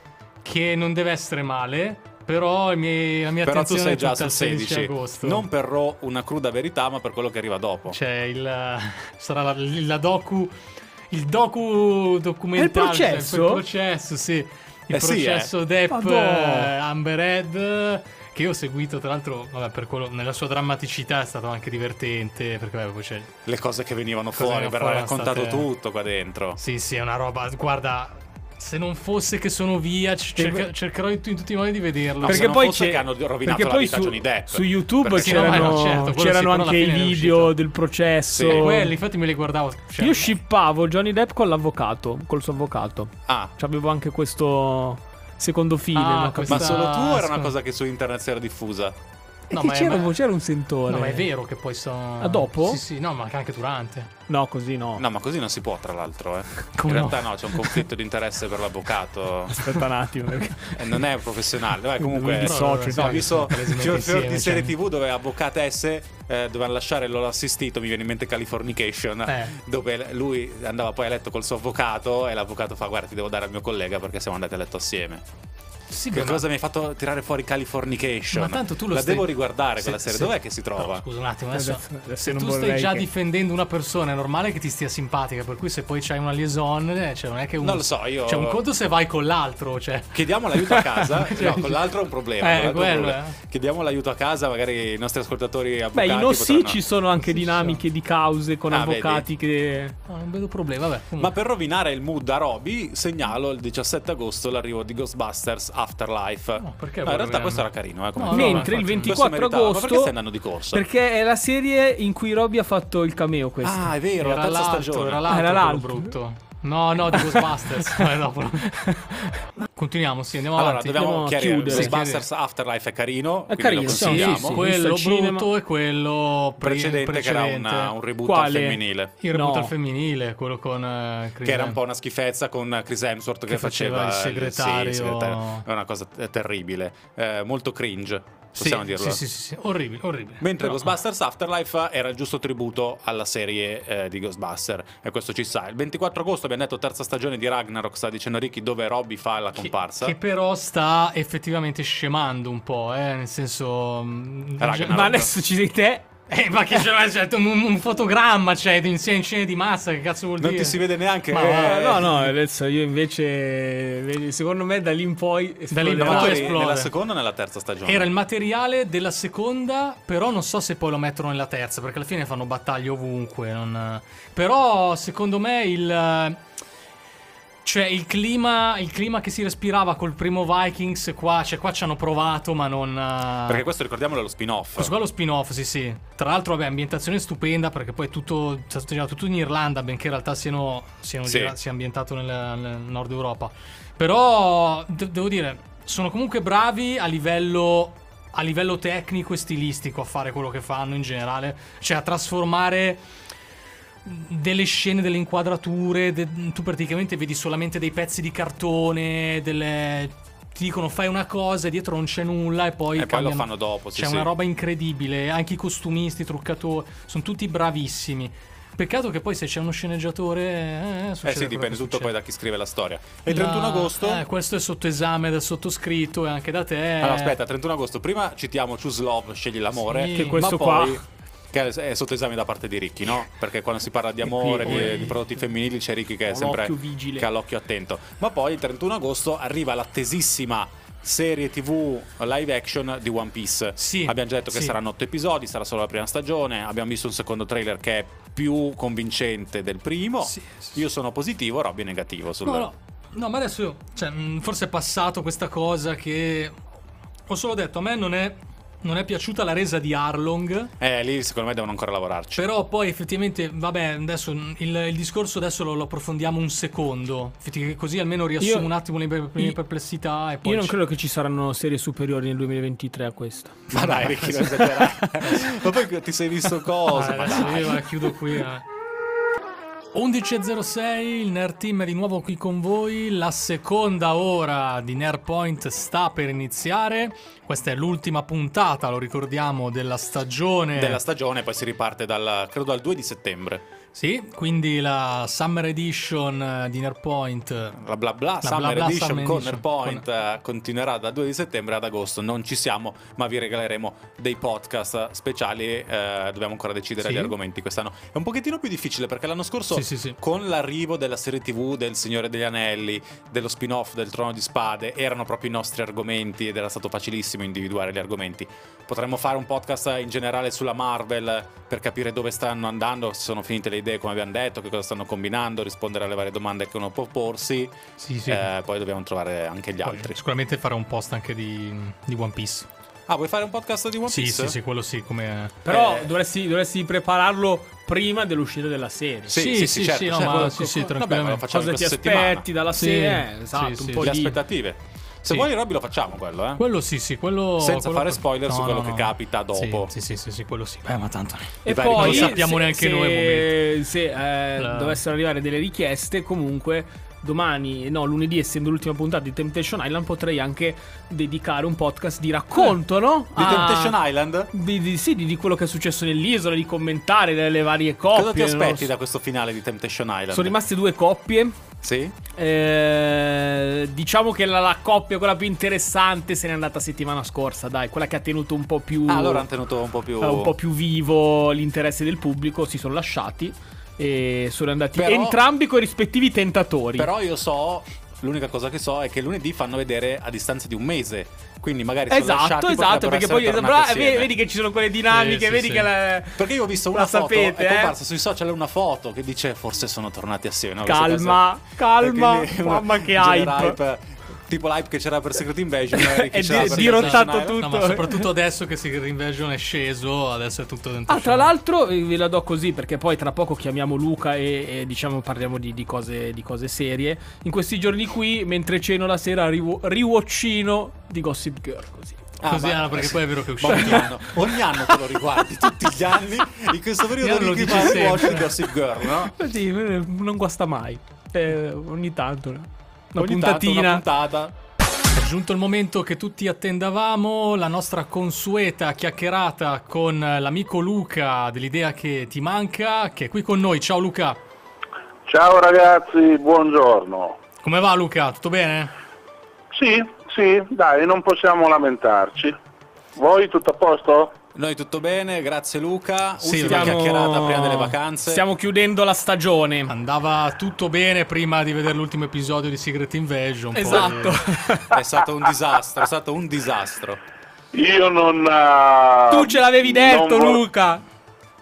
C: che non deve essere male, però i miei- la mia
A: Però tu
C: attenzione
A: sei
C: è
A: già
C: tutta
A: sul
C: al sedici
A: sedici.
C: agosto.
A: Non per Raw una cruda verità, ma per quello che arriva dopo.
C: C'è il sarà la, la docu il docu documentario,
B: È il processo?
C: cioè, il processo, sì. Il
A: Eh sì,
C: processo Depp,
B: Madò.
C: eh, Amber Heard, che io ho seguito, tra l'altro, vabbè, per quello, nella sua drammaticità è stato anche divertente, perché vabbè, poi c'è
A: Le cose che venivano
C: Cose
A: fuori,
C: che
A: per
C: fuori
A: aver
C: erano
A: raccontato
C: state-
A: tutto qua dentro.
C: Sì, sì, è una roba, guarda, se non fosse che sono via, c- cerca- cercherò in, in tutti i modi di vederlo.
A: No,
B: perché
A: se non
B: poi
A: fosse
B: c'è-
A: che hanno rovinato
B: perché
A: la
B: poi
A: vita a
B: su,
A: Johnny Depp.
B: su YouTube
A: Perché-
C: Sì, no,
B: c'erano,
C: ma no, certo, quello
B: c'erano
C: sì, però alla
B: anche i
C: fine è
B: video
C: uscito.
B: del processo.
A: Sì,
C: quelli, infatti me li guardavo. Cioè,
B: Io shippavo Johnny Depp con l'avvocato, col suo avvocato.
A: Ah,
B: C'avevo anche questo secondo fine.
C: Ah,
B: no?
C: questa-
A: ma solo tu o era una
C: scusa.
A: cosa che su internet si era diffusa?
B: E
C: No,
B: che
C: ma è-
B: c'era,
C: ma-
B: c'era un sentore.
C: No, ma è vero che poi sono.
B: Ah, dopo?
C: Sì, sì, no, ma anche durante.
B: No, così no.
A: No, ma così non si può, tra l'altro. Eh.
B: Come
A: In
B: no?
A: realtà no, c'è un conflitto di interesse per l'avvocato.
B: Aspetta un attimo. Perché...
A: E non è professionale. Vabbè,
B: Mi
A: comunque,
B: dissocio,
A: no, ho
B: sì.
A: visto
C: Palesemente
A: fior fior
C: insieme,
A: di serie
C: cioè.
A: tivù dove avvocatesse eh, dovevano lasciare il loro assistito. Mi viene in mente Californication,
C: Eh.
A: dove lui andava poi a letto col suo avvocato e l'avvocato fa: guarda, ti devo dare al mio collega perché siamo andati a letto assieme.
C: Sì,
A: Che
C: ma-
A: cosa mi hai fatto tirare fuori Californication?
C: Ma tanto tu lo
A: La
C: stai-
A: devo riguardare
C: se-
A: quella serie.
C: se-
A: Dov'è che si trova?
C: No, scusa un attimo, adesso,
B: Adesso- adesso
C: se
B: non
C: tu stai
B: vorrei
C: già
B: che-
C: difendendo una persona, è normale che ti stia simpatica, per cui se poi c'hai una liaison, eh, cioè non è che un,
A: Non lo so, io-
C: Cioè un conto se vai con l'altro, cioè.
A: Chiediamo l'aiuto a casa.
C: Cioè,
A: No, con l'altro è un problema.
C: Eh,
A: con l'altro è un
C: quello,
A: problema. Chiediamo l'aiuto a casa, magari i nostri ascoltatori
B: Beh,
A: avvocati.
B: in Ossi
A: potranno-
B: ci sono anche
C: Sì,
B: dinamiche di cause con
A: Ah,
B: avvocati che...
C: No, non vedo problema, vabbè.
A: Ma
C: comunque.
A: per rovinare il mood a Roby, segnalo il diciassette agosto l'arrivo di Ghostbusters Afterlife.
C: No, perché
A: No, in
C: vuoi
A: realtà
C: rovinarlo?
A: questo era carino, eh, come
C: No,
A: film.
C: no,
B: Mentre il
C: infatti,
A: Questo
B: ventiquattro
A: meritava. Ma
B: agosto...
A: perché stai andando di corsa?
B: Perché è la serie in cui Roby ha fatto il cameo questa.
A: Ah, è vero, la
C: Era
A: terza
C: l'altro,
A: stagione.
C: era l'altro,
B: Era
C: quello
B: l'altro.
C: brutto. No, no, di Ghostbusters. Vai dopo. Continuiamo, sì, andiamo
A: Allora,
C: avanti.
A: dobbiamo
B: Andiamo a
A: chiarire.
B: chiudere.
A: Ghostbusters Afterlife è carino,
B: È
A: quindi
B: carino,
A: lo
B: sì,
A: consigliamo.
B: sì, sì.
C: quello
B: visto al cinema.
C: brutto e quello pre-
A: Precedente, che era una- un reboot
B: Quale?
A: al femminile.
C: Il reboot
B: No.
C: al femminile, quello con eh, Chris
A: Che era un
C: Evans.
A: po' una schifezza con Chris Hemsworth che,
C: Che faceva il
A: sì,
C: segretario.
A: il segretario. È una cosa eh, terribile, eh, molto cringe, possiamo
C: sì,
A: dirlo.
C: Sì, sì, sì, sì, orribile, orribile.
A: Mentre
C: Però-
A: Ghostbusters Afterlife era il giusto tributo alla serie eh, di Ghostbuster, e questo ci sa. Il ventiquattro agosto abbiamo detto terza stagione di Ragnarok, sta dicendo Ricky, dove Robbie fa la
C: che,
A: comparsa.
C: che però sta effettivamente scemando un po', eh, nel senso... mm,
A: Ragnarok.
B: Ma adesso ci sei te?
C: Eh, ma che c'è, c'è un, un fotogramma, cioè, in scene in scene di massa, che cazzo vuol
A: Non
C: dire?
A: ti si vede neanche.
C: Ma
A: eh,
B: Eh, no, no, adesso io invece... vedi, secondo me da lì in poi...
C: Da lì in
A: Ma
C: poi
B: esploderà.
A: magari
C: esplode.
A: nella seconda o nella terza stagione?
C: Era il materiale della seconda, però non so se poi lo mettono nella terza, perché alla fine fanno battaglie ovunque. Non... Però secondo me il... Cioè il clima, il clima che si respirava col primo Vikings qua, cioè qua ci hanno provato ma non... Uh...
A: Perché questo ricordiamolo è lo spin-off.
C: Questo qua è lo spin-off, sì sì. Tra l'altro vabbè, ambientazione stupenda perché poi è tutto, è stato girato tutto in Irlanda, benché in realtà siano, siano
A: sì.
C: gira, sia ambientato nel, nel nord Europa. Però de- devo dire, sono comunque bravi a livello, a livello tecnico e stilistico a fare quello che fanno in generale. Cioè a trasformare... delle scene, delle inquadrature, de- tu praticamente vedi solamente dei pezzi di cartone, delle... ti dicono fai una cosa e dietro non c'è nulla e poi,
A: e poi lo
C: cambiano...
A: fanno dopo. Sì,
C: c'è
A: sì.
C: una roba incredibile, anche i costumisti, i truccatori, sono tutti bravissimi. Peccato che poi se c'è uno sceneggiatore eh,
A: eh sì, dipende tutto succede. Poi da chi scrive la storia. E il trentuno agosto
C: eh, questo è sotto esame dal sottoscritto e anche da te.
A: Allora aspetta, trentuno agosto prima citiamo Choose Love, scegli l'amore,
C: sì,
B: che questo
A: ma poi...
B: qua
A: che è sotto esame da parte di Ricky, no? Perché quando si parla di amore,
B: qui,
A: di, di prodotti femminili, c'è Ricky che è sempre
B: l'occhio vigile,
A: che ha l'occhio attento. Ma poi il trentuno agosto arriva l'attesissima serie tivù live action di One Piece.
C: Sì,
A: abbiamo già detto che
C: sì.
A: saranno otto episodi, sarà solo la prima stagione. Abbiamo visto un secondo trailer che è più convincente del primo.
C: Sì, sì.
A: Io sono positivo, Robby è negativo sul...
C: No, no, no, ma adesso io, cioè, forse è passato questa cosa che ho solo detto, a me non è non è piaciuta la resa di Arlong.
A: Eh, lì secondo me devono ancora lavorarci.
C: Però poi effettivamente, vabbè, adesso il, il discorso adesso lo, lo approfondiamo un secondo. Così almeno riassumo
B: io,
C: un attimo le mie perplessità e poi
B: io non
C: ci...
B: credo che ci saranno serie superiori nel duemilaventitré a questa.
A: Ma dai, Ricky, non esagerare. Ma poi ti sei visto cosa?
C: Ah,
A: Ma
C: adesso
A: dai.
C: io la chiudo qui, eh. undici e zero sei, il Nerd Team è di nuovo qui con voi. La seconda ora di Nerd Point sta per iniziare. Questa è l'ultima puntata, lo ricordiamo, della stagione.
A: Della stagione, poi si riparte dal, credo dal due di settembre.
C: Sì, quindi la Summer Edition di Nerd Point,
A: La bla bla
C: La
A: Summer
C: bla bla
A: Edition
C: Summer
A: con
C: Edition
A: Nerd Point
C: con-
A: eh, continuerà dal due di settembre ad agosto. Non ci siamo, ma vi regaleremo dei podcast speciali. eh, Dobbiamo ancora decidere
C: Sì.
A: gli argomenti quest'anno. È un pochettino più difficile perché l'anno scorso,
C: Sì, sì, sì.
A: con l'arrivo della serie tivù del Signore degli Anelli, dello spin-off del Trono di Spade, erano proprio i nostri argomenti ed era stato facilissimo individuare gli argomenti. Potremmo fare un podcast in generale sulla Marvel per capire dove stanno andando, se sono finite le idee come abbiamo detto, che cosa stanno combinando, rispondere alle varie domande che uno può porsi.
C: Sì, sì.
A: Eh, poi dobbiamo trovare anche gli
C: Poi
A: altri.
C: sicuramente farò un post anche di, di One Piece.
A: Ah, vuoi fare un podcast di One
C: Sì,
A: Piece?
C: sì, sì, quello sì, come...
B: Però
A: Eh.
B: dovresti, dovresti prepararlo prima dell'uscita della serie.
A: Sì,
C: Sì,
A: sì,
C: sì,
A: certo,
C: sì, no,
A: certo.
C: ma sì, sì,
A: Vabbè,
C: tranquillamente.
A: ma lo facciamo
B: Cosa
A: in
B: ti
A: questa
B: aspetti
A: settimana.
B: dalla
C: Sì,
B: serie? Eh, esatto,
C: sì,
B: un
C: sì.
B: po'
A: Le
B: di...
A: aspettative. Se
C: Sì.
A: vuoi, Robby, lo facciamo quello, eh.
C: Quello sì, sì, quello...
A: Senza
C: quello-
A: fare spoiler su
C: No,
A: quello
C: no,
A: che
C: no.
A: capita dopo.
C: Sì, sì, sì, sì, quello sì. Beh, ma tanto...
B: E
A: Dai,
B: poi
A: non lo
C: sappiamo
B: se,
C: neanche
B: se,
C: noi al momento.
B: se eh,
C: La-
B: dovessero arrivare delle richieste, comunque domani, no, lunedì, essendo l'ultima puntata di Temptation Island, potrei anche dedicare un podcast di racconto, no?
A: Di
B: A-
A: Temptation Island?
B: Di, di- sì, di, di quello che è successo nell'isola, di commentare le, le varie coppie.
A: Cosa ti
B: non
A: aspetti
B: so.
A: da questo finale di Temptation Island?
B: Sono rimaste due coppie.
A: Sì?
B: Eh, diciamo che la, la coppia, quella più interessante, se n'è andata settimana scorsa, dai, quella che ha tenuto un po' più
A: Ah, allora hanno tenuto un po' più...
B: eh, un po' più vivo l'interesse del pubblico, si sono lasciati e sono andati
A: Però-
B: entrambi con i rispettivi tentatori.
A: Però io so, l'unica cosa che so è che lunedì fanno vedere a distanza di un mese. Quindi magari sono
B: Esatto,
A: lasciati,
B: esatto,
A: potrebbero
B: perché
A: essere
B: poi
A: tornati
B: bra-
A: assieme.
B: vedi che ci sono quelle dinamiche,
C: Sì, sì,
B: vedi
C: sì.
B: che la...
A: Perché io ho visto una
B: La
A: foto,
B: sapete,
A: è
B: eh?
A: comparsa sui social una foto che dice forse sono tornati assieme. no?
B: Calma,
A: Queste cose-
B: calma,
A: E quindi uno
B: mamma che
A: genera
B: hype.
A: Tipo l'hype che c'era per Secret Invasion e
B: È
A: chi c'era
B: di-
A: per
B: dirottato
A: Temptation Island.
B: tutto.
C: No, ma soprattutto adesso che Secret Invasion è sceso, adesso è tutto dentro.
B: Ah, tra l'altro eh, ve la do così perché poi tra poco chiamiamo Luca e, e, diciamo parliamo di, di, cose, di cose serie. In questi giorni qui, mentre ceno la sera, riwo- riwatchino di Gossip Girl, così.
A: Ah,
C: Così,
A: ma-
C: ah, perché poi è vero che è
A: Ma
C: uscito.
A: ogni anno, ogni anno te lo riguardi, tutti gli anni. In questo periodo
C: Io lo
A: di
C: dici
A: chi
C: sempre.
A: watch di Gossip Girl, no?
B: Così, eh, non guasta mai. Eh, ogni tanto. no? Una
A: Ogni tanto
B: puntatina.
A: una puntata.
C: È giunto il momento che tutti attendavamo, la nostra consueta chiacchierata con l'amico Luca dell'idea che ti manca, che è qui con noi. Ciao Luca.
D: Ciao ragazzi, buongiorno.
C: Come va Luca? Tutto bene?
D: Sì, sì, dai, non possiamo lamentarci. Voi tutto a posto?
A: Noi tutto bene, grazie Luca.
C: Sì,
A: Ultima
C: stiamo-
A: chiacchierata prima delle vacanze.
B: Stiamo chiudendo la stagione.
C: Andava tutto bene prima di vedere l'ultimo episodio di Secret Invasion. poi-
B: Esatto.
A: È stato un disastro, è stato un disastro.
D: Io non... uh,
B: Tu ce l'avevi detto,
D: non vor-
B: Luca.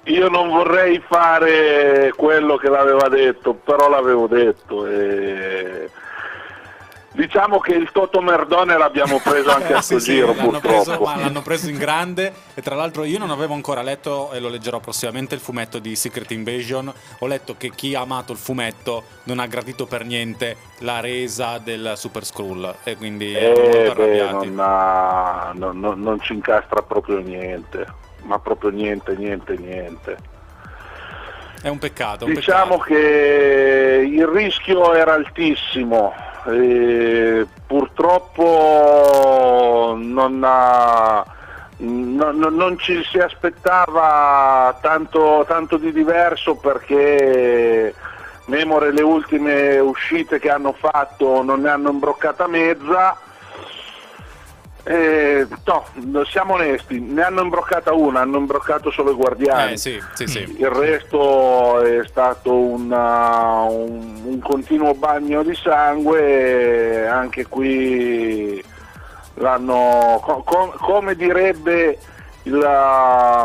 D: io non vorrei fare quello che l'aveva detto, però l'avevo detto e... Diciamo che il Toto Merdone l'abbiamo preso anche a sto
A: sì,
D: giro,
A: sì, l'hanno
D: purtroppo.
A: preso, ma l'hanno preso in grande. E tra l'altro io non avevo ancora letto, e lo leggerò prossimamente, il fumetto di Secret Invasion. Ho letto che chi ha amato il fumetto non ha gradito per niente la resa del Super Skrull, e quindi erano
D: Eh,
A: molto
D: beh,
A: arrabbiati.
D: non, ha, non, non, non ci incastra proprio niente, ma proprio niente, niente, niente.
A: È un peccato. Un
D: Diciamo
A: peccato.
D: che il rischio era altissimo. E purtroppo non, ha, non, non ci si aspettava tanto, tanto di diverso, perché memore le ultime uscite che hanno fatto non ne hanno imbroccata mezza. Eh, no, siamo onesti, ne hanno imbroccata una, hanno imbroccato solo i Guardiani.
A: Eh, sì, sì, sì.
D: Il resto è stato una, un, un continuo bagno di sangue, anche qui l'hanno, co- com- come direbbe la,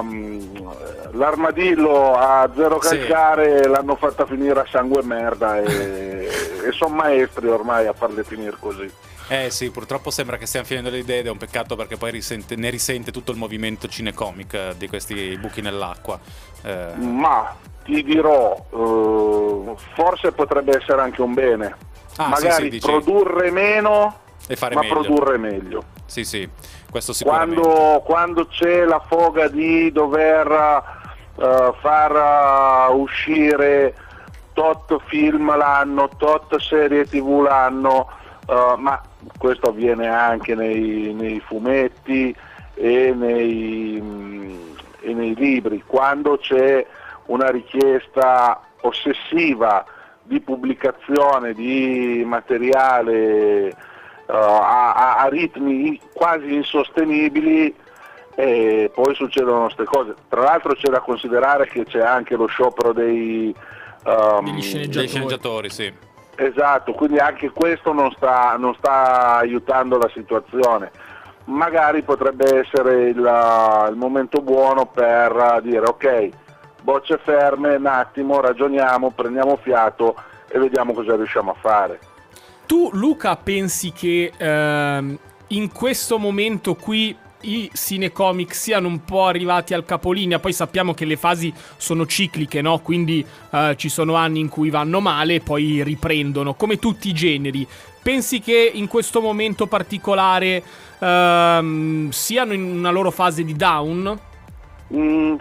D: l'armadillo a zero calcare, sì. L'hanno fatta finire a sangue e merda e, e sono maestri ormai a farle finire così.
A: Eh sì, purtroppo sembra che stiamo finendo le idee ed è un peccato, perché poi risente, ne risente tutto il movimento cinecomic eh, di questi buchi nell'acqua. Eh...
D: Ma ti dirò, eh, forse potrebbe essere anche un bene.
A: Ah,
D: magari
A: sì, sì,
D: produrre meno,
A: e fare
D: ma
A: meglio.
D: produrre meglio.
A: Sì, sì, questo sicuramente.
D: Quando, quando c'è la foga di dover uh, far uh, uscire tot film l'anno, tot serie tv l'anno, uh, ma questo avviene anche nei, nei fumetti e nei, mh, e nei libri, quando c'è una richiesta ossessiva di pubblicazione di materiale uh, a, a ritmi quasi insostenibili, e poi succedono queste cose. Tra l'altro c'è da considerare che c'è anche lo sciopero dei, um,
B: degli sceneggiatori.
A: dei sceneggiatori, sì.
D: Esatto, quindi anche questo non sta, non sta aiutando la situazione. Magari potrebbe essere il, il momento buono per dire ok, bocce ferme, un attimo, ragioniamo, prendiamo fiato e vediamo cosa riusciamo a fare.
B: Tu, Luca, pensi che ehm, in questo momento qui i cinecomic siano un po' arrivati al capolinea? Poi sappiamo che le fasi sono cicliche, no? Quindi eh, ci sono anni in cui vanno male e poi riprendono, come tutti i generi. Pensi che in questo momento particolare ehm, siano in una loro fase di down?
D: Mm,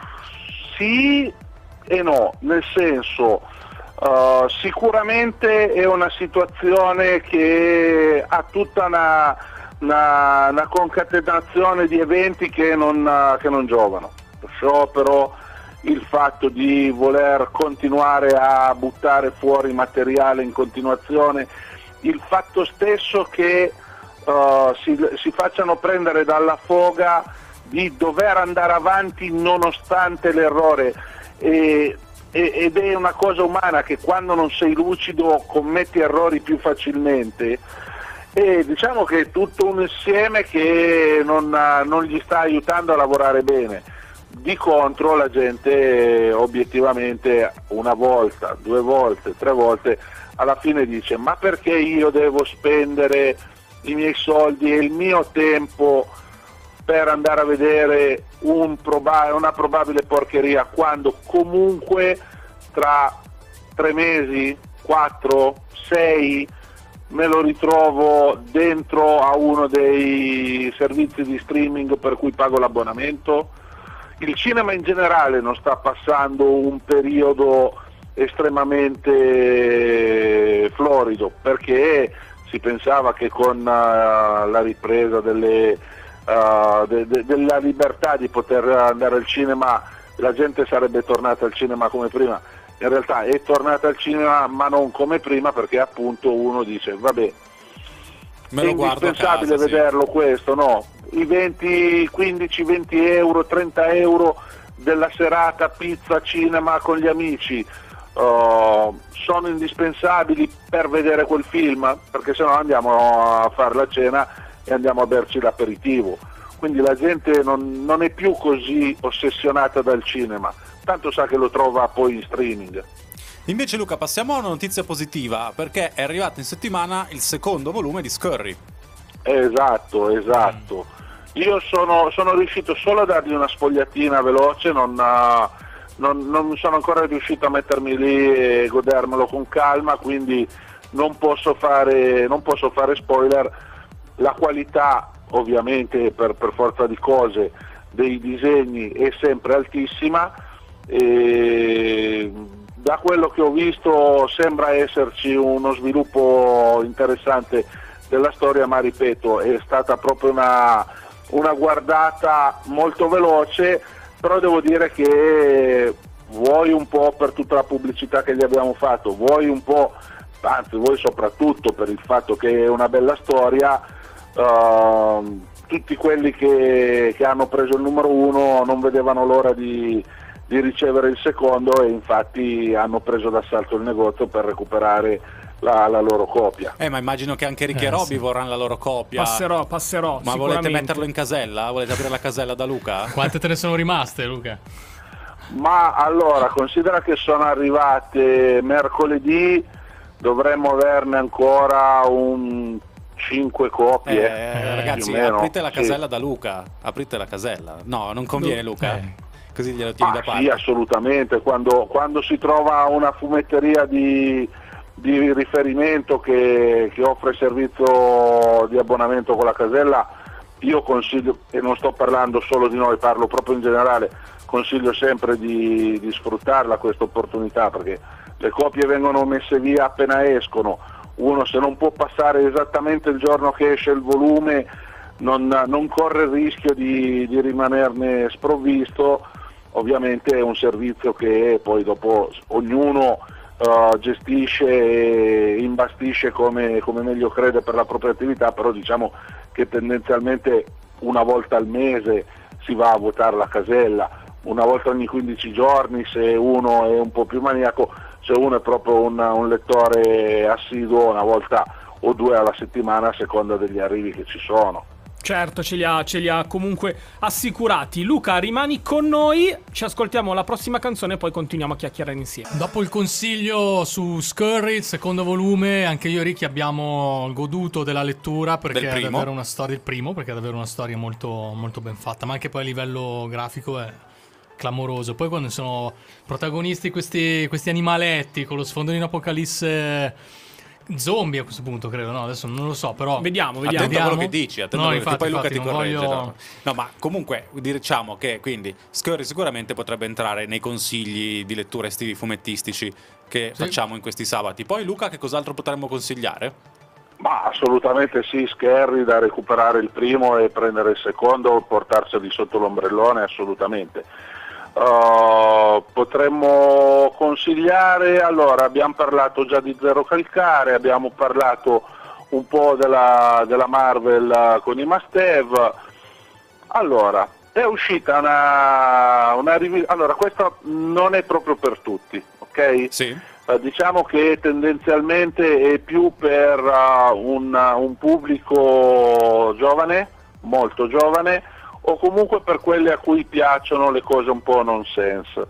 D: sì e no, nel senso uh, sicuramente è una situazione che ha tutta una Una, una concatenazione di eventi che non, che non giovano. Lo sciopero, il fatto di voler continuare a buttare fuori materiale in continuazione, il fatto stesso che uh, si, si facciano prendere dalla foga di dover andare avanti nonostante l'errore, e, e, ed è una cosa umana che quando non sei lucido commetti errori più facilmente. E diciamo che è tutto un insieme che non, non gli sta aiutando a lavorare bene. Di contro la gente obiettivamente una volta, due volte, tre volte alla fine dice: ma perché io devo spendere i miei soldi e il mio tempo per andare a vedere un proba- una probabile porcheria, quando comunque tra tre mesi, quattro, sei me lo ritrovo dentro a uno dei servizi di streaming per cui pago l'abbonamento? Il cinema in generale non sta passando un periodo estremamente florido, perché si pensava che con uh, la ripresa delle, uh, de- de- della libertà di poter andare al cinema la gente sarebbe tornata al cinema come prima. In realtà è tornata al cinema ma non come prima, perché appunto uno dice vabbè,
A: Me
D: è
A: lo guardo a
D: indispensabile
A: casa,
D: vederlo, sì. Questo no, i venti, quindici, venti euro, trenta euro della serata pizza cinema con gli amici uh, sono indispensabili per vedere quel film, perché sennò andiamo a fare la cena e andiamo a berci l'aperitivo. Quindi la gente non, non è più così ossessionata dal cinema, tanto sa che lo trova poi in streaming.
A: Invece Luca, passiamo a una notizia positiva, perché è arrivato in settimana il secondo volume di Scurry.
D: Esatto, esatto. Io sono, sono riuscito solo a dargli una sfogliatina veloce, non, non, non sono ancora riuscito a mettermi lì e godermelo con calma, quindi non posso fare, non posso fare spoiler. La qualità ovviamente per, per forza di cose dei disegni è sempre altissima e da quello che ho visto sembra esserci uno sviluppo interessante della storia, ma ripeto, è stata proprio una, una guardata molto veloce, però devo dire che vuoi un po' per tutta la pubblicità che gli abbiamo fatto, vuoi un po', anzi vuoi soprattutto per il fatto che è una bella storia, uh, tutti quelli che, che hanno preso il numero uno non vedevano l'ora di di ricevere il secondo e infatti hanno preso d'assalto il negozio per recuperare la, la loro copia.
A: Eh, ma immagino che anche Ricky
C: Eh,
A: e Robby
C: sì.
A: vorranno la loro copia.
B: Passerò, passerò.
A: Ma volete metterlo in casella? Volete aprire la casella da Luca?
C: Quante te ne sono rimaste, Luca?
D: Ma allora, considera che sono arrivate mercoledì, dovremmo averne ancora un cinque copie.
A: Eh, ragazzi,
D: più o meno,
A: aprite la casella
D: sì.
A: da Luca. Aprite la casella. No, non conviene, Luca.
C: Eh.
A: Così glielo tieni
D: Ah,
A: da parte.
D: sì, assolutamente. Quando, quando si trova una fumetteria di, di riferimento che, che offre servizio di abbonamento con la casella, io consiglio, e non sto parlando solo di noi, parlo proprio in generale, consiglio sempre di, di sfruttarla questa opportunità, perché le copie vengono messe via appena escono. Uno, se non può passare esattamente il giorno che esce il volume, non, non corre il rischio di, di rimanerne sprovvisto. Ovviamente è un servizio che poi dopo ognuno uh, gestisce e imbastisce come, come meglio crede per la propria attività, però diciamo che tendenzialmente una volta al mese si va a votare la casella, una volta ogni quindici giorni se uno è un po' più maniaco, se uno è proprio un, un lettore assiduo, una volta o due alla settimana a seconda degli arrivi che ci sono.
B: Certo, ce li, ha, ce li ha comunque assicurati. Luca, rimani con noi, ci ascoltiamo la prossima canzone e poi continuiamo a chiacchierare insieme.
C: Dopo il consiglio su Scurry, il secondo volume, anche io e Ricky abbiamo goduto della lettura perché
A: Del
C: è
A: primo.
C: davvero una storia, il primo, perché è davvero una storia molto, molto ben fatta, ma anche poi a livello grafico è clamoroso. Poi quando sono protagonisti questi, questi animaletti con lo sfondo di un'apocalisse zombie a questo punto, credo, no? Adesso non lo so, però
B: Vediamo, vediamo.
A: Attento a quello
C: Vediamo.
A: che dici, attento
C: No,
A: a quello
C: infatti,
A: che poi Luca
C: infatti,
A: ti
C: non
A: corregge.
C: voglio-
A: No. No, ma comunque diciamo che quindi Scurry sicuramente potrebbe entrare nei consigli di lettura estivi fumettistici che
C: Sì.
A: facciamo in questi sabati. Poi Luca, che cos'altro potremmo consigliare?
D: Ma assolutamente sì, Scurry da recuperare il primo e prendere il secondo, portarseli sotto l'ombrellone, assolutamente. Uh, potremmo consigliare, allora abbiamo parlato già di Zero Calcare, abbiamo parlato un po' della, della Marvel con i Mastev. Allora, è uscita una, una rivista, allora questa non è proprio per tutti, ok?
A: Sì.
D: Uh, diciamo che tendenzialmente è più per uh, un, un pubblico giovane, molto giovane, o comunque per quelli a cui piacciono le cose un po' nonsense.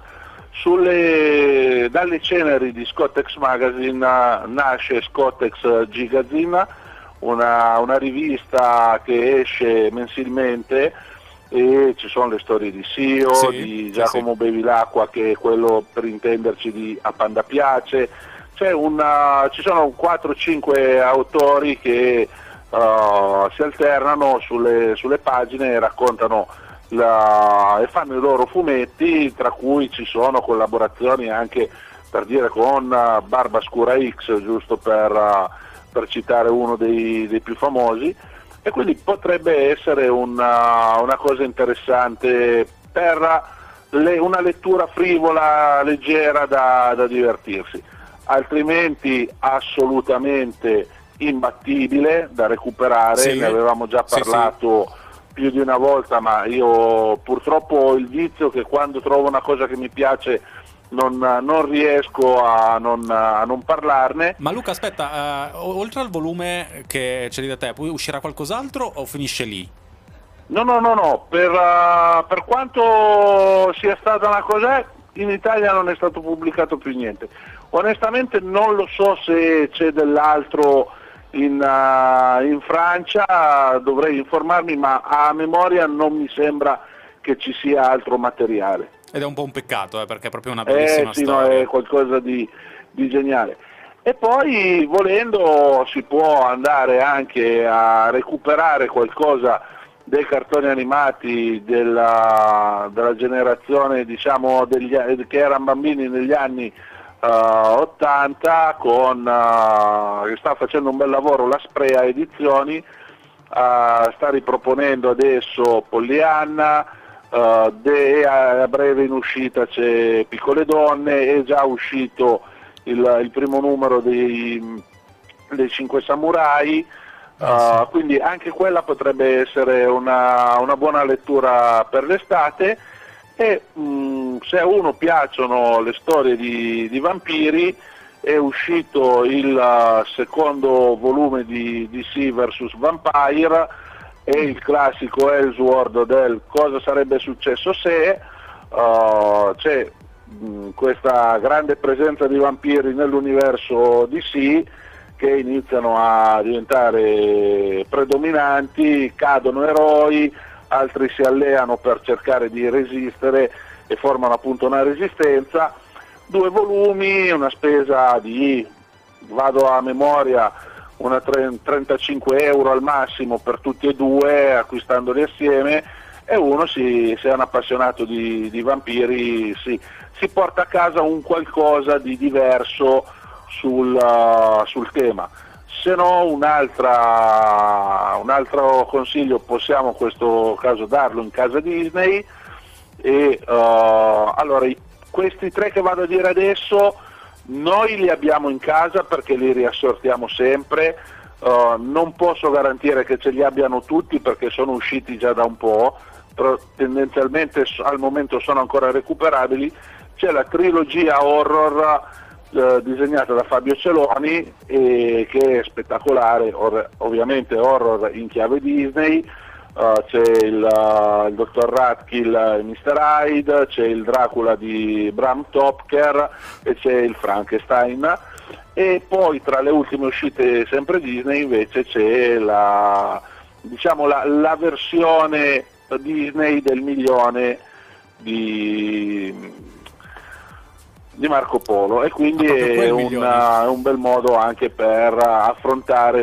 D: Sulle, dalle ceneri di Scottex Magazine uh, nasce Scottex Gigazine, una, una rivista che esce mensilmente e ci sono le storie di Sio,
A: Sì,
D: di
A: sì,
D: Giacomo
A: sì.
D: Bevilacqua, che è quello per intenderci di A Panda Piace. C'è una, ci sono quattro cinque autori che Uh, si alternano sulle, sulle pagine e raccontano la, e fanno i loro fumetti, tra cui ci sono collaborazioni anche, per dire, con uh, Barbascura X, giusto per, uh, per citare uno dei, dei più famosi, e quindi potrebbe essere una, una cosa interessante per le, una lettura frivola, leggera da, da divertirsi. Altrimenti assolutamente imbattibile da recuperare,
A: Sì.
D: ne avevamo già
A: Sì,
D: parlato più di una volta, ma io purtroppo ho il vizio che quando trovo una cosa che mi piace non, non riesco a non, a non parlarne.
A: Ma Luca, aspetta, uh, oltre al volume che c'è lì da te, poi uscirà qualcos'altro o finisce lì?
D: No, no, no, no, per, uh, per quanto sia stata una cosa, in Italia non è stato pubblicato più niente. Onestamente non lo so se c'è dell'altro in, uh, in Francia, dovrei informarmi, ma a memoria non mi sembra che ci sia altro materiale.
A: Ed è un po' un peccato, eh, perché è proprio una bellissima
D: eh, sì,
A: storia.
D: No, è qualcosa di, di geniale. E poi, volendo, si può andare anche a recuperare qualcosa dei cartoni animati della, della generazione, diciamo, degli, che erano bambini negli anni uh, ottanta, con, uh, che sta facendo un bel lavoro la Sprea Edizioni, uh, sta riproponendo adesso Pollyanna. Uh, de, a breve in uscita c'è Piccole Donne, è già uscito il, il primo numero dei, dei Cinque Samurai, uh, quindi anche quella potrebbe essere una, una buona lettura per l'estate. E mh, se a uno piacciono le storie di, di vampiri, è uscito il uh, secondo volume di D C versus Vampire, e il classico Elseworld del cosa sarebbe successo se. Uh, c'è mh, questa grande presenza di vampiri nell'universo D C che iniziano a diventare predominanti, cadono eroi, altri si alleano per cercare di resistere e formano appunto una resistenza. Due volumi, una spesa di, vado a memoria, una trentacinque euro al massimo per tutti e due, acquistandoli assieme, e uno si, se è un appassionato di, di vampiri si, si porta a casa un qualcosa di diverso sul, uh, sul tema. Se no, un'altra, un altro consiglio possiamo in questo caso darlo in casa Disney, e uh, allora questi tre che vado a dire adesso noi li abbiamo in casa perché li riassortiamo sempre. Uh, non posso garantire che ce li abbiano tutti perché sono usciti già da un po', però tendenzialmente al momento sono ancora recuperabili. C'è la trilogia horror uh, disegnata da Fabio Celoni, e che è spettacolare, or- ovviamente horror in chiave Disney. Uh, c'è il, uh, il dottor Radkill e mister Hyde, c'è il Dracula di Bram Stoker e c'è il Frankenstein. E poi tra le ultime uscite sempre Disney invece c'è la, diciamo la, la versione Disney del milione di, di Marco Polo, e quindi è una, un bel modo anche per affrontare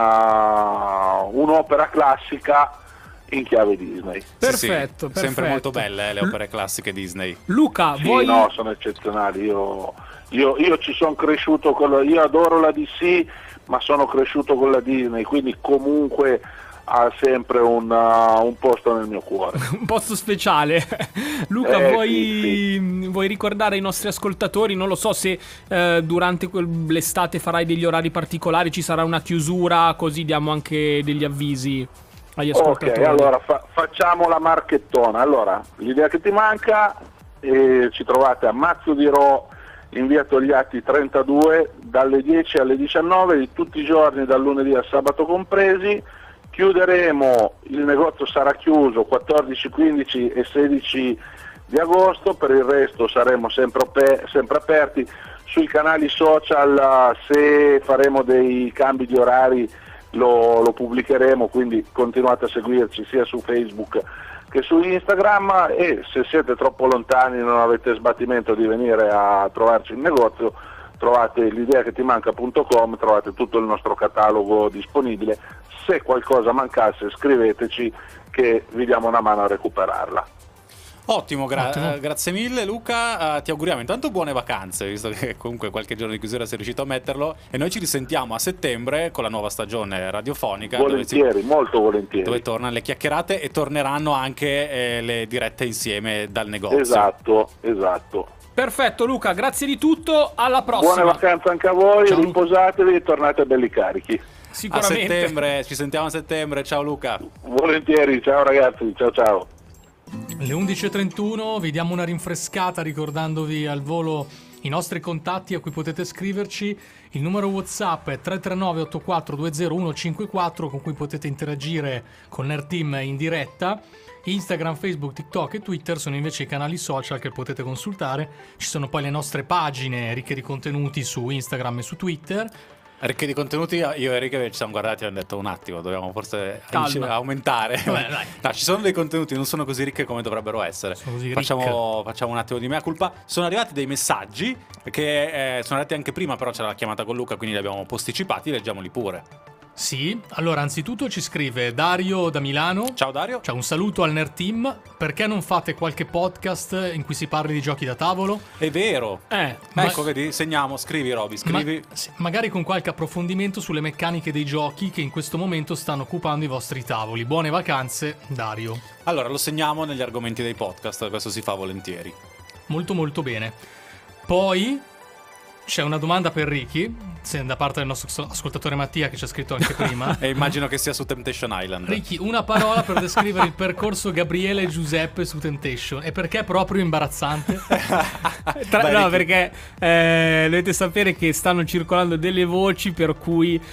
D: una, un'opera classica in chiave Disney.
B: Perfetto,
A: sì, sì,
B: perfetto.
A: Sempre molto belle eh, le opere classiche Disney.
B: Luca,
D: sì,
B: vuoi...
D: no, sono eccezionali. Io, io, io ci sono cresciuto con la, io adoro la D C, ma sono cresciuto con la Disney, quindi comunque ha sempre un, uh, un posto nel mio cuore.
B: Un posto speciale. Luca,
D: eh,
B: vuoi,
D: sì, sì.
B: vuoi ricordare ai nostri ascoltatori, non lo so se eh, durante quel, l'estate farai degli orari particolari, ci sarà una chiusura, così diamo anche degli avvisi agli ascoltatori.
D: Ok, allora fa- facciamo la marchettona. Allora, l'idea che ti manca, eh, ci trovate a Mazzo di Ro in via Togliatti trentadue dalle dieci alle diciannove di tutti i giorni, dal lunedì al sabato compresi. Chiuderemo, il negozio sarà chiuso quattordici, quindici e sedici di agosto, per il resto saremo sempre, op- sempre aperti. Sui canali social, se faremo dei cambi di orari lo, lo pubblicheremo, quindi continuate a seguirci sia su Facebook che su Instagram, e se siete troppo lontani e non avete sbattimento di venire a trovarci in negozio, trovate l'idea che ti manca punto com, trovate tutto il nostro catalogo disponibile. Se qualcosa mancasse scriveteci che vi diamo una mano a recuperarla.
A: Ottimo, gra-
B: Ottimo.
A: Eh, grazie mille Luca, uh, ti auguriamo intanto buone vacanze, visto che comunque qualche giorno di chiusura sei riuscito a metterlo, e noi ci risentiamo a settembre con la nuova stagione radiofonica.
D: Volentieri,
A: dove si-
D: molto volentieri.
A: dove tornano le chiacchierate e torneranno anche eh, le dirette insieme dal negozio.
D: Esatto, esatto.
B: Perfetto Luca, grazie di tutto, alla prossima.
D: Buone vacanze anche a voi,
B: Ciao.
D: riposatevi e tornate belli carichi.
A: A
B: Sicuramente.
A: settembre, ci sentiamo a settembre, ciao Luca.
D: Volentieri, ciao ragazzi, ciao ciao.
C: Le undici e trentuno vi diamo una rinfrescata ricordandovi al volo I nostri contatti a cui potete scriverci, il numero WhatsApp è tre tre nove otto quattro due zero uno cinque quattro, con cui potete interagire con Nerd Team in diretta. Instagram, Facebook, TikTok e Twitter sono invece i canali social che potete consultare. Ci sono poi le nostre pagine ricche di contenuti su Instagram e su Twitter.
A: Ricche di contenuti, io e Enrico ci siamo guardati e abbiamo detto un attimo, dobbiamo forse
B: Calma.
A: aumentare.
C: Vabbè, dai.
A: No, ci sono dei contenuti, non sono così ricche come dovrebbero essere.
C: Sono così
A: Facciamo, facciamo un attimo di mea culpa. Sono arrivati dei messaggi che eh, sono arrivati anche prima, però c'era la chiamata con Luca, quindi li abbiamo posticipati, leggiamoli pure.
C: Sì, allora anzitutto ci scrive Dario da Milano.
A: Ciao Dario.
C: Ciao, un saluto al Nerd Team. Perché non fate qualche podcast in cui si parli di giochi da tavolo?
A: È vero.
B: Eh,
A: Ecco, vedi, segniamo, scrivi Roby, scrivi.
C: Ma- sì, magari con qualche approfondimento sulle meccaniche dei giochi che in questo momento stanno occupando i vostri tavoli. Buone vacanze, Dario.
A: Allora, lo segniamo negli argomenti dei podcast, questo si fa volentieri.
C: Molto molto bene. Poi c'è una domanda per Ricky, se- da parte del nostro ascoltatore Mattia, che ci ha scritto anche prima.
A: E immagino che sia su Temptation Island.
C: Ricky, una parola per descrivere il percorso Gabriele e Giuseppe su Temptation. E perché è proprio imbarazzante?
B: Tra-
A: Vai,
B: no,
A: Ricky.
B: perché eh, dovete sapere che stanno circolando delle voci per cui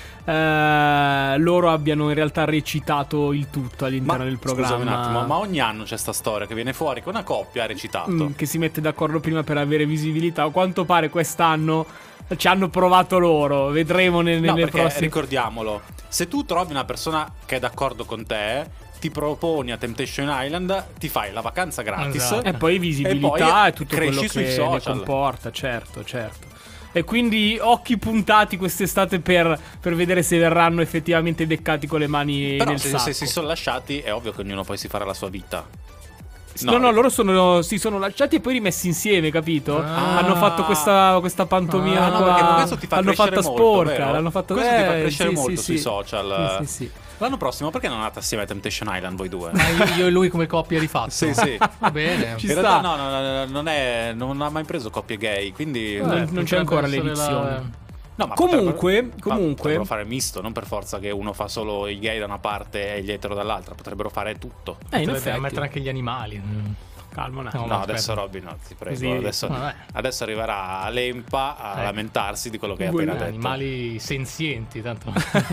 B: eh, loro abbiano in realtà recitato il tutto all'interno del programma.
A: Scusami un attimo, ma ogni anno c'è sta storia che viene fuori che una coppia ha recitato.
B: Mm, che si mette d'accordo prima per avere visibilità. A quanto pare quest'anno ci hanno provato loro. Vedremo ne-
A: No,
B: nelle
A: perché
B: prossime.
A: ricordiamolo, se tu trovi una persona che è d'accordo con te, ti proponi a Temptation Island, ti fai la vacanza gratis.
C: Esatto.
B: E poi visibilità
A: e
B: e, tutto
A: cresci
B: quello
A: sui
B: che ne
A: social.
B: comporta, certo, certo. E quindi occhi puntati quest'estate per, per vedere se verranno effettivamente beccati con le mani
A: Però
B: nel
A: se,
B: sacco.
A: se si sono lasciati è ovvio che ognuno poi si farà la sua vita.
B: No, no, loro sono, si sono lasciati e poi rimessi insieme, capito?
C: Ah.
B: Hanno fatto questa, questa pantomima
A: Ah, no,
B: qua.
A: perché questo ti fa
B: l'hanno
A: crescere
B: fatta
A: molto,
B: sporca,
A: vero?
B: l'hanno fatto
A: Questo ti fa
B: eh,
A: crescere
B: sì,
A: molto
B: sì,
A: sui
B: sì.
A: social.
B: Sì, sì, sì.
A: L'anno prossimo perché non andate assieme a Temptation Island voi due?
C: Ma io, io e lui come coppia di fatto.
A: Sì, sì.
C: Va bene.
B: Ci
A: In
B: sta.
A: realtà no, no, no, non, è, non ha mai preso coppie gay, quindi...
B: Non- non c'è
C: potrebbe
B: ancora
C: essere
B: l'edizione.
C: la-
A: No, ma
B: Comunque,
A: potrebbero- ma
B: comunque-
A: potrebbero fare misto, non per forza che uno fa solo i gay da una parte e gli etero dall'altra, potrebbero fare tutto.
B: Eh, in
C: Potrebbe
B: effetti.
C: mettere anche gli animali.
B: Calma un attimo.
C: No,
A: No,
C: ma
A: adesso
C: aspetta.
A: Robby no, ti prego.
B: Così-
A: Adesso,
C: Vabbè.
A: adesso arriverà Lempa a
C: Eh.
A: lamentarsi di quello che hai
B: Voi
A: appena
C: Eh,
A: detto.
C: animali senzienti, tanto.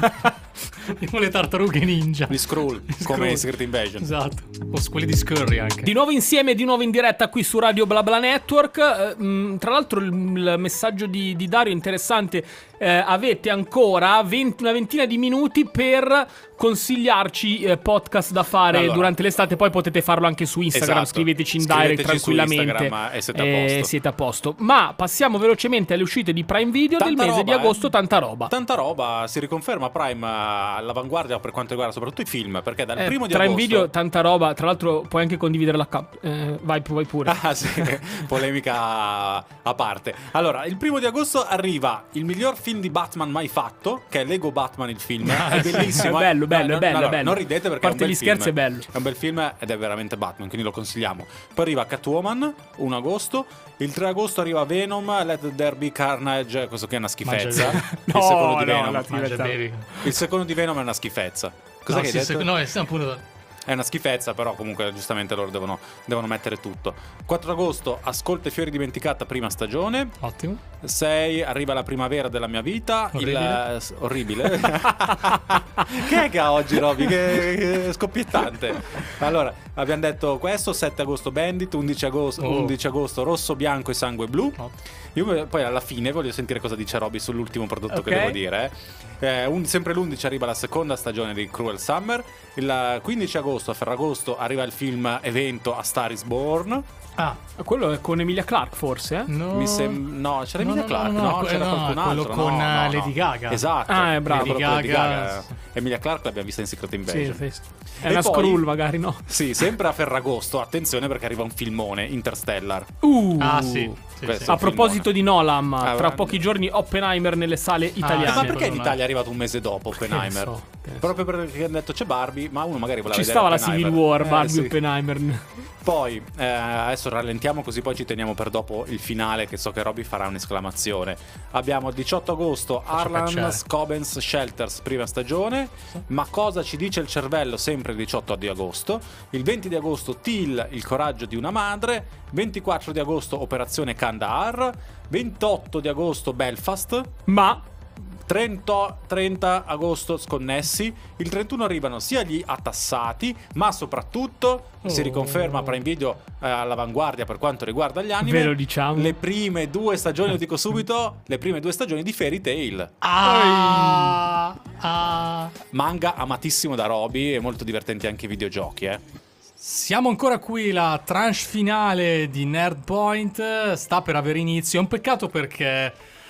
C: Tipo le tartarughe ninja.
A: Gli Skrull, come in Secret Invasion.
C: Esatto. O quelli di Scurry anche.
B: Di nuovo insieme, di nuovo in diretta qui su Radio BlaBla Network. Eh, mh, tra l'altro il, il messaggio di, di Dario è interessante. Eh, avete ancora venti, una ventina di minuti per consigliarci eh, podcast da fare
A: Allora.
B: durante l'estate. Poi potete farlo anche su Instagram.
A: Esatto.
B: Scriveteci in direct
A: Scriveteci su
B: tranquillamente.
A: Instagram e siete a
B: Eh,
A: posto.
B: siete a posto. Ma passiamo velocemente alle uscite di Prime Video
A: Tanta
B: del mese
A: roba,
B: di agosto.
A: eh.
B: Tanta roba.
A: Tanta roba, si riconferma Prime all'avanguardia per quanto riguarda soprattutto i film, perché dal
B: Eh,
A: primo di
B: Prime
A: agosto...
B: Video, tanta roba. Tra l'altro, puoi anche condividere l'account. Eh, vai, vai pure.
A: Ah sì, polemica a parte. Allora, il primo di agosto arriva il miglior film di Batman mai fatto, che è Lego Batman il film. È bellissimo.
B: È bello,
A: eh.
B: bello,
A: No,
B: è bello,
A: no,
B: è bello.
A: Non ridete perché
B: A parte
A: è un bel
B: gli scherzi,
A: film.
B: è bello.
A: È un bel film ed è veramente Batman, quindi lo consigliamo. Poi arriva Catwoman, primo agosto. Il tre agosto arriva Venom, Let There Be Carnage, questo che è una schifezza.
C: Mangia-
A: il
B: No,
A: secondo di
B: no,
A: Venom.
B: la-
C: Mangia bevi.
A: Il secondo di Venom è una schifezza. Cosa
C: No,
A: che
C: sì,
A: hai detto?
C: se- no, è appunto.
A: È una schifezza, però comunque giustamente loro devono, devono mettere tutto. quattro agosto, Ascolta i fiori dimenticata, prima stagione.
C: Ottimo.
A: sei arriva la primavera della mia vita.
C: Orribile.
A: Il, s- orribile. Che è che ha oggi, Roby? Che, che scoppiettante. Allora, abbiamo detto questo. sette agosto Bandit, undici agosto,
C: Oh.
A: undici agosto Rosso, Bianco e Sangue Blu.
C: Ottimo.
A: Io poi alla fine voglio sentire cosa dice Roby sull'ultimo prodotto
B: Ok.
A: che devo dire. Eh, un- sempre l'undici arriva la seconda stagione di Cruel Summer. Il quindici agosto, a Ferragosto, arriva il film evento A Star is Born.
C: Ah,
B: Quello è con Emilia Clarke, forse? Eh?
C: no.
A: Mi sem- no, c'era
C: No,
A: Emilia
C: no,
A: Clarke,
C: no,
A: no,
C: no, que-
A: c'era
C: no,
A: qualcun
C: quello
A: altro.
C: con,
A: no, no,
C: eh,
A: no.
C: Lady Gaga.
A: Esatto.
B: Ah, è bravo.
A: Quello
C: Lady
A: con Lady
C: Gaga.
A: Gaga. Emilia Clarke l'abbiamo vista in Secret
B: Sì,
A: Invasion.
B: sì. È
A: E
B: una
A: poi-
B: Skrull, magari, no?
A: Sì, sempre a Ferragosto, attenzione perché arriva un filmone, Interstellar.
B: Uh.
C: Ah, sì. sì,
A: Questo.
C: sì.
B: A proposito di Nolan,
A: Ah,
B: tra
A: va-
B: pochi giorni Oppenheimer nelle sale
C: Ah,
B: italiane.
A: ma
C: sì,
A: perché in
C: quello
A: Italia è arrivato un mese dopo Oppenheimer?
B: so, che ne so.
A: Proprio perché hanno detto c'è Barbie, ma uno magari voleva
B: Ci
A: vedere
B: stava la
A: Oppenheimer.
B: Civil War,
A: Eh,
B: Barbie
A: sì.
B: Oppenheimer.
A: Poi eh, adesso rallentiamo così poi ci teniamo per dopo il finale, che so che Robby farà un'esclamazione. Abbiamo il diciotto agosto Arlan
C: cacciare.
A: Scobens Shelters, prima stagione. bene, ma cosa ci dice il cervello sempre il diciotto di agosto. Il venti di agosto Till, il coraggio di una madre. Ventiquattro di agosto Operazione Kandahar. Ventotto di agosto Belfast.
B: Ma
A: trenta, trenta agosto Sconnessi. Il trentuno arrivano sia gli Attassati, ma soprattutto oh. si riconferma Prime Video eh, all'avanguardia per quanto riguarda gli anime.
B: Ve lo diciamo.
A: Le prime due stagioni, lo dico subito, le prime due stagioni di Fairy Tail.
C: Ah, ah.
A: Manga amatissimo da Roby e molto divertenti anche i videogiochi, eh.
C: Siamo ancora qui, la tranche finale di Nerd Point sta per avere inizio. È un peccato perché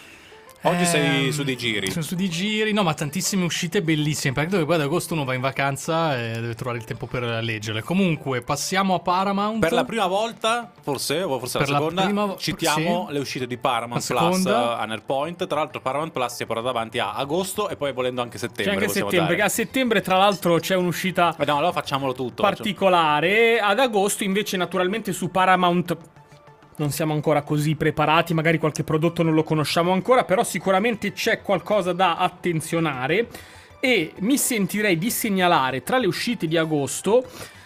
A: oggi
C: ehm,
A: sei su dei giri.
C: Sono su dei giri, no, ma tantissime uscite bellissime. Perché dove poi ad agosto uno va in vacanza e deve trovare il tempo per leggerle. Comunque, passiamo a Paramount.
A: Per la prima volta, forse, o forse
C: Per
A: la
C: la
A: seconda,
C: prima-
A: citiamo
C: sì.
A: le uscite di Paramount
C: La
A: Plus
C: seconda.
A: a Nerd Point. Tra l'altro Paramount Plus si è portato avanti a agosto e poi volendo anche
B: c'è
A: settembre.
B: anche
A: possiamo
B: settembre.
A: dare.
B: A settembre, tra l'altro, c'è un'uscita
A: Eh no, allora facciamolo tutto.
B: particolare. Ad agosto, invece, naturalmente su Paramount non siamo ancora così preparati, magari qualche prodotto non lo conosciamo ancora, però sicuramente c'è qualcosa da attenzionare e mi sentirei di segnalare tra le uscite di agosto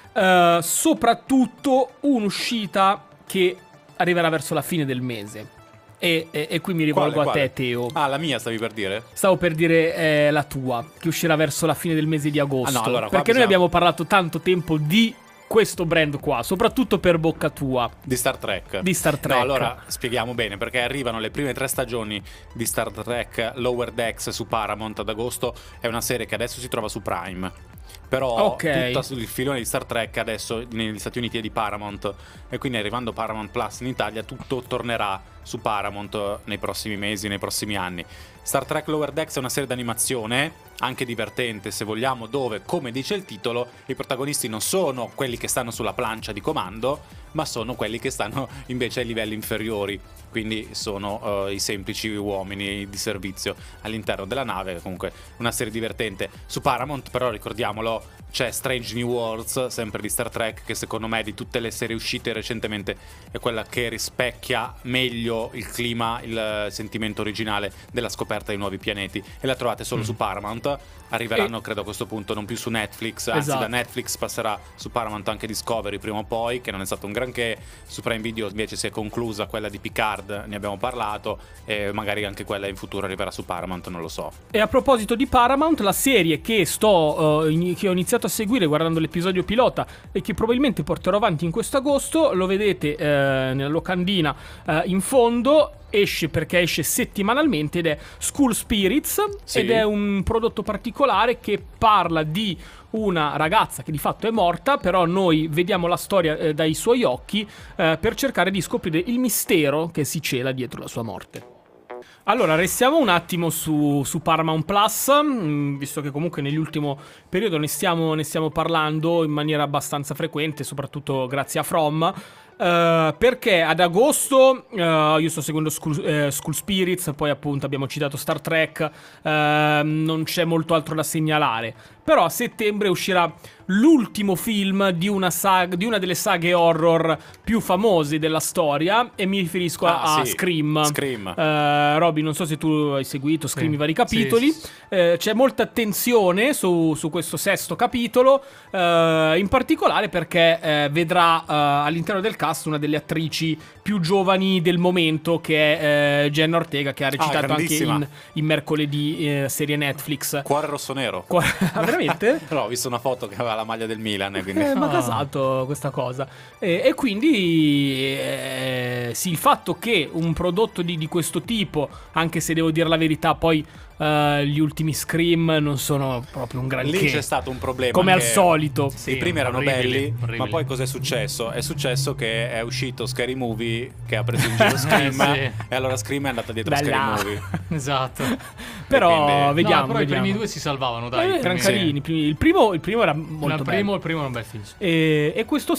B: eh, soprattutto un'uscita che arriverà verso la fine del mese. E, e, e qui mi rivolgo
A: Quale,
B: a
A: quale?
B: te, Teo.
A: Ah, la mia stavi per dire?
B: Stavo per dire eh, la tua, che uscirà verso la fine del mese di agosto.
A: Ah, no, allora, qua
B: perché noi
A: bisogna-
B: abbiamo parlato tanto tempo di questo brand qua, soprattutto per bocca tua.
A: Di Star Trek.
B: Di Star Trek.
A: No, allora spieghiamo bene, perché arrivano le prime tre stagioni di Star Trek Lower Decks su Paramount ad agosto. È una serie che adesso si trova su Prime. Però
B: Ok.
A: tutto il filone di Star Trek adesso negli Stati Uniti è di Paramount. E quindi arrivando Paramount Plus in Italia tutto tornerà su Paramount nei prossimi mesi, nei prossimi anni. Star Trek Lower Decks è una serie d'animazione anche divertente se vogliamo, dove, come dice il titolo, i protagonisti non sono quelli che stanno sulla plancia di comando, ma sono quelli che stanno invece ai livelli inferiori, quindi sono uh, i semplici uomini di servizio all'interno della nave. Comunque una serie divertente su Paramount. Però ricordiamolo, c'è Strange New Worlds, sempre di Star Trek, che secondo me di tutte le serie uscite recentemente è quella che rispecchia meglio il clima, il sentimento originale della scoperta di nuovi pianeti, e la trovate solo mm. su Paramount. Arriveranno
B: E...
A: credo a questo punto non più su Netflix, anzi
B: esatto.
A: da Netflix passerà su Paramount anche Discovery prima o poi, che non è stato un granché. Su Prime Video invece si è conclusa quella di Picard, ne abbiamo parlato, e magari anche quella in futuro arriverà su Paramount, non lo so.
B: E a proposito di Paramount, la serie che sto uh, in, che ho iniziato a seguire guardando l'episodio pilota e che probabilmente porterò avanti in questo agosto, lo vedete uh, nella locandina uh, in fondo. Esce perché esce settimanalmente ed è School Spirits, sì. Ed è un prodotto particolare che parla di una ragazza che di fatto è morta, però noi vediamo la storia eh, dai suoi occhi eh, per cercare di scoprire il mistero che si cela dietro la sua morte. Allora, restiamo un attimo su, su Paramount Plus, mh, visto che comunque nell'ultimo periodo ne stiamo, ne stiamo parlando in maniera abbastanza frequente, soprattutto grazie a From. Uh, perché ad agosto uh, io sto seguendo School, uh, School Spirits, poi appunto abbiamo citato Star Trek, uh, non c'è molto altro da segnalare. Però a settembre uscirà l'ultimo film di una, saga, di una delle saghe horror più famose della storia, e mi riferisco
A: ah,
B: a
A: sì.
B: Scream.
A: Scream.
B: Uh, Robby, non so se tu hai seguito Scream,
C: sì.
B: i vari capitoli.
C: Sì, sì.
B: Uh, c'è molta attenzione su, su questo sesto capitolo, uh, in particolare perché uh, vedrà uh, all'interno del cast una delle attrici più giovani del momento, che è uh, Jenna Ortega, che ha recitato
A: ah,
B: anche in, in mercoledì uh, serie Netflix.
A: Cuore rosso-nero.
B: Cuore... veramente?
A: No, ho visto una foto che aveva la maglia del Milan, quindi...
B: Eh, ma ha casato questa cosa. E, e quindi eh, sì, il fatto che un prodotto di, di questo tipo, anche se devo dire la verità, poi Uh, gli ultimi Scream non sono proprio un granché.
A: Lì c'è stato un problema,
B: come al
A: che
B: solito.
A: sì, i primi erano
C: orribili,
A: belli,
C: orribili.
A: ma poi cos'è successo? È successo che è uscito Scary Movie, che ha preso in giro Scream,
C: sì.
A: e allora Scream è andata dietro a
B: Bella.
A: Scary Movie.
C: Esatto.
B: Però
A: quindi...
B: vediamo,
C: no, però
B: vediamo.
C: i primi due si salvavano, dai.
B: Eh,
C: i
B: erano
C: primi-
B: carini. i primi- il, primo, il primo era molto
C: il primo,
B: bello.
C: il primo era un bel film.
B: E, e questo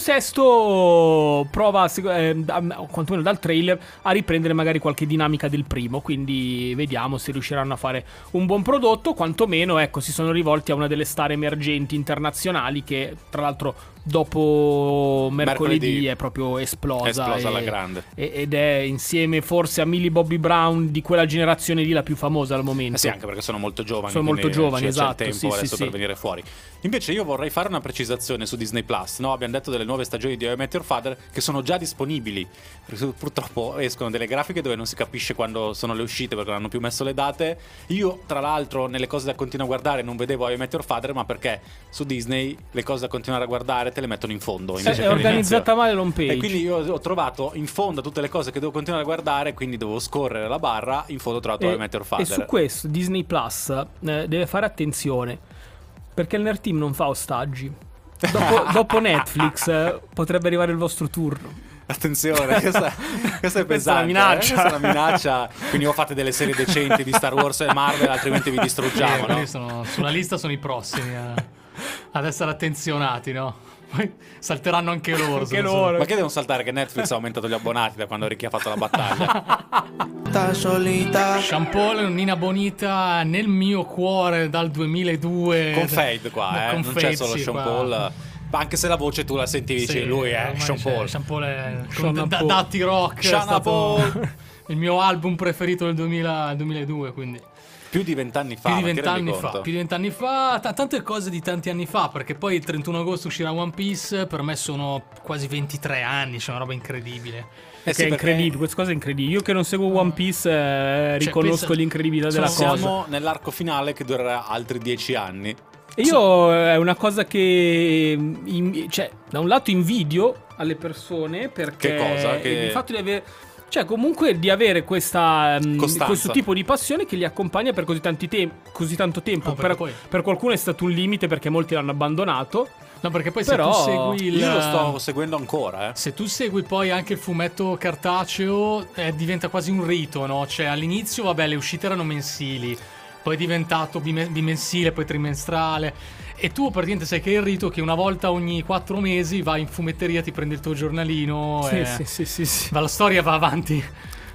B: sesto prova, eh, quantomeno dal trailer, a riprendere magari qualche dinamica del primo. Quindi vediamo se riusciranno a fare un buon prodotto. Quantomeno, ecco, si sono rivolti a una delle star emergenti internazionali, che tra l'altro dopo mercoledì,
A: Mercoledì
B: è proprio esplosa,
A: È esplosa
B: e-
A: alla grande.
B: e- ed è insieme forse a Millie Bobby Brown di quella generazione lì la più famosa al momento.
A: Eh sì, anche perché sono molto giovani.
B: Sono molto
A: quindi
B: giovani,
A: c'è,
B: esatto,
A: c'è il tempo
B: sì, sì,
A: adesso
B: sì.
A: per venire fuori. Invece io vorrei fare una precisazione su Disney Plus, no? Abbiamo detto delle nuove stagioni di How I Met Your Father che sono già disponibili, perché purtroppo escono delle grafiche dove non si capisce quando sono le uscite perché non hanno più messo le date. Io tra l'altro nelle cose da continuare a guardare non vedevo How I Met Your Father, ma perché su Disney le cose da continuare a guardare te le mettono in fondo invece
B: È
A: che
B: organizzata
A: all'inizio.
B: male l'home page.
A: E quindi io ho trovato in fondo a tutte le cose che devo continuare a guardare, quindi devo scorrere la barra, in fondo ho trovato How I Met Your
B: E
A: Father.
B: su questo Disney Plus eh, deve fare attenzione, perché il Nerd Team non fa ostaggi. Dopo, dopo Netflix eh, potrebbe arrivare il vostro turno.
A: Attenzione, questa, questa è pesante.
B: Questa è una minaccia.
A: eh? Questa è una minaccia. Quindi o fate delle serie decenti di Star Wars e Marvel, altrimenti vi distruggiamo,
C: Eh,
A: no?
C: quelli sono- sulla lista sono i prossimi a- ad essere attenzionati, no? Poi salteranno anche loro.
B: Anche
C: sono-
B: loro.
A: Ma che devono saltare che Netflix ha aumentato gli abbonati da quando Ricky ha fatto la battaglia?
C: Sean Paul, Nina Bonita nel mio cuore dal duemiladue.
A: Con Fade qua, eh?
C: Con
A: Non
C: Fade,
A: c'è solo
C: sì,
A: Sean
C: qua.
A: Paul. Ma anche se la voce tu la sentivi, dici
C: Sì,
A: lui è
C: ormai
A: Sean
C: c'è-
A: Paul.
C: Sean Paul è
B: Sean
C: con- da,
B: Paul.
C: Dati Rock è
A: Sean
C: stato
A: Paul.
C: il mio album preferito del duemila duemiladue, quindi
A: Più di vent'anni fa.
C: più di
A: ma ti rendi
C: vent'anni fa,
A: conto?
C: più di vent'anni fa, t- tante cose di tanti anni fa, perché poi il trentuno agosto uscirà One Piece, per me sono quasi ventitré anni, c'è una roba incredibile.
A: Eh
B: Che
A: sì,
B: è
A: perché
B: incredibile, questa cosa è incredibile. Io che non seguo One Piece eh, riconosco
C: pensa-
B: l'incredibilità della
C: sono-
B: cosa.
A: Siamo nell'arco finale che durerà altri dieci anni.
B: E io eh, è una cosa che mm, in- cioè, da un lato invidio alle persone perché
A: Che cosa? Che-
B: il fatto di avere cioè comunque di avere questa mm,
A: Costanza.
B: questo tipo di passione che li accompagna per così tanti tem- così tanto tempo.
C: No, perché
B: per,
C: poi-
B: per qualcuno è stato un limite perché molti l'hanno abbandonato.
C: No, perché poi
B: Però
C: se tu segui il...
A: Io lo sto seguendo ancora, eh.
C: Se tu segui poi anche il fumetto cartaceo, eh, diventa quasi un rito, no? Cioè all'inizio, vabbè, le uscite erano mensili, poi è diventato bime- bimensile, poi trimestrale. E tu praticamente sai che è il rito che una volta ogni quattro mesi vai in fumetteria, ti prendi il tuo giornalino
B: Sì,
C: e
B: sì, sì, sì, sì.
C: ma la storia va avanti.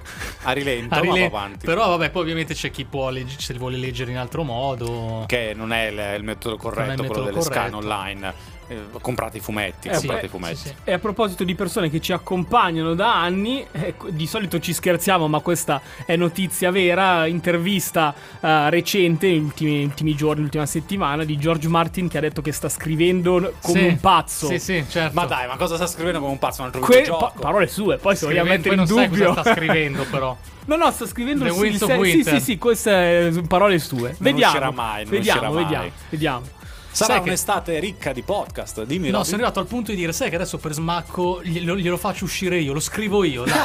A: A rilento,
C: A
A: ma
C: rile-
A: va avanti.
C: Però vabbè, poi ovviamente c'è chi può legge- se li vuole leggere in altro modo.
A: Che non è il, il metodo corretto,
C: il
A: quello
C: metodo
A: delle scan
C: corretto.
A: online. Eh, comprate i fumetti,
B: Eh,
A: comprate
B: sì,
A: i fumetti.
C: sì, sì.
B: E a proposito di persone che ci accompagnano da anni, ecco, di solito ci scherziamo, ma questa è notizia vera, intervista eh, recente, negli ultimi, ultimi giorni, l'ultima settimana, di George Martin che ha detto che sta scrivendo come
C: Sì,
B: un pazzo.
C: Sì, sì, certo.
A: Ma dai, ma cosa sta scrivendo come un pazzo? Un altro
B: Que-
A: videogioco?
B: pa- parole sue, poi se vogliamo
C: Scrivendo-
B: mettere in
C: poi non sai
B: dubbio.
C: cosa sta scrivendo però.
B: No, no, sta scrivendo
C: The
B: il
C: Winds of
B: se- Sì,
C: Winter.
B: sì, sì, queste eh, parole sue. vediamo.
A: uscirà mai, non
B: vediamo,
A: uscirà mai.
B: vediamo, vediamo.
A: Sarà
C: Sai che-
A: un'estate ricca di podcast. Dimmi,
C: No,
A: Robby.
C: sono arrivato al punto di dire, sai che adesso per smacco glielo, glielo faccio uscire io, lo scrivo io, dai.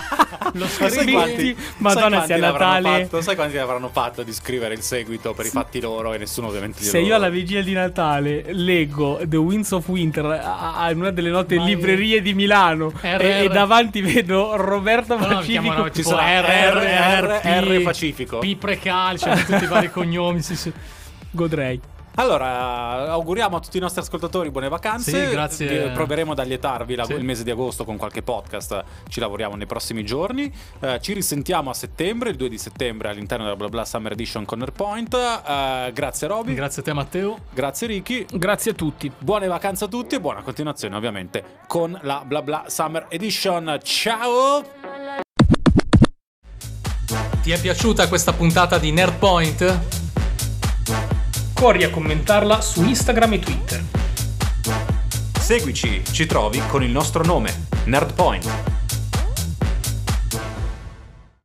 C: Lo
A: Ma sai
C: scrivo
A: quanti,
C: io.
B: Madonna,
A: sai quanti
B: sia
A: l'avranno
B: Natale.
A: fatto? Sai quanti avranno fatto di scrivere il seguito per i fatti loro e nessuno ovviamente glielo...
B: Se io alla vigilia di Natale leggo The Winds of Winter a, a una delle note
C: Ma
B: librerie di Milano
C: R
B: e,
C: R.
B: e davanti vedo Roberto
C: No, no, mi
B: Pacifico,
C: chiamano
A: Ci
C: tipo
A: sarà
C: R R
A: R,
C: R,
A: R
C: P,
A: Pacifico.
C: P Precali, cioè tutti i vari cognomi, sì, sì.
B: godrei.
A: Allora, auguriamo a tutti i nostri ascoltatori buone vacanze.
C: Sì, grazie.
A: Che proveremo ad allietarvi la-
C: Sì.
A: il mese di agosto con qualche podcast. Ci lavoriamo nei prossimi giorni. Eh, ci risentiamo a settembre, il due di settembre, all'interno della Bla Bla Summer Edition con Airpoint. Eh, grazie Robby.
C: Grazie a te Matteo.
A: Grazie Ricky.
B: Grazie a tutti.
A: Buone vacanze a tutti e buona continuazione ovviamente con la Bla Bla Summer Edition. Ciao!
C: Ti è piaciuta questa puntata di Nerdpoint?
B: Corri a commentarla su Instagram e Twitter.
A: Seguici, ci trovi con il nostro nome, Nerdpoint.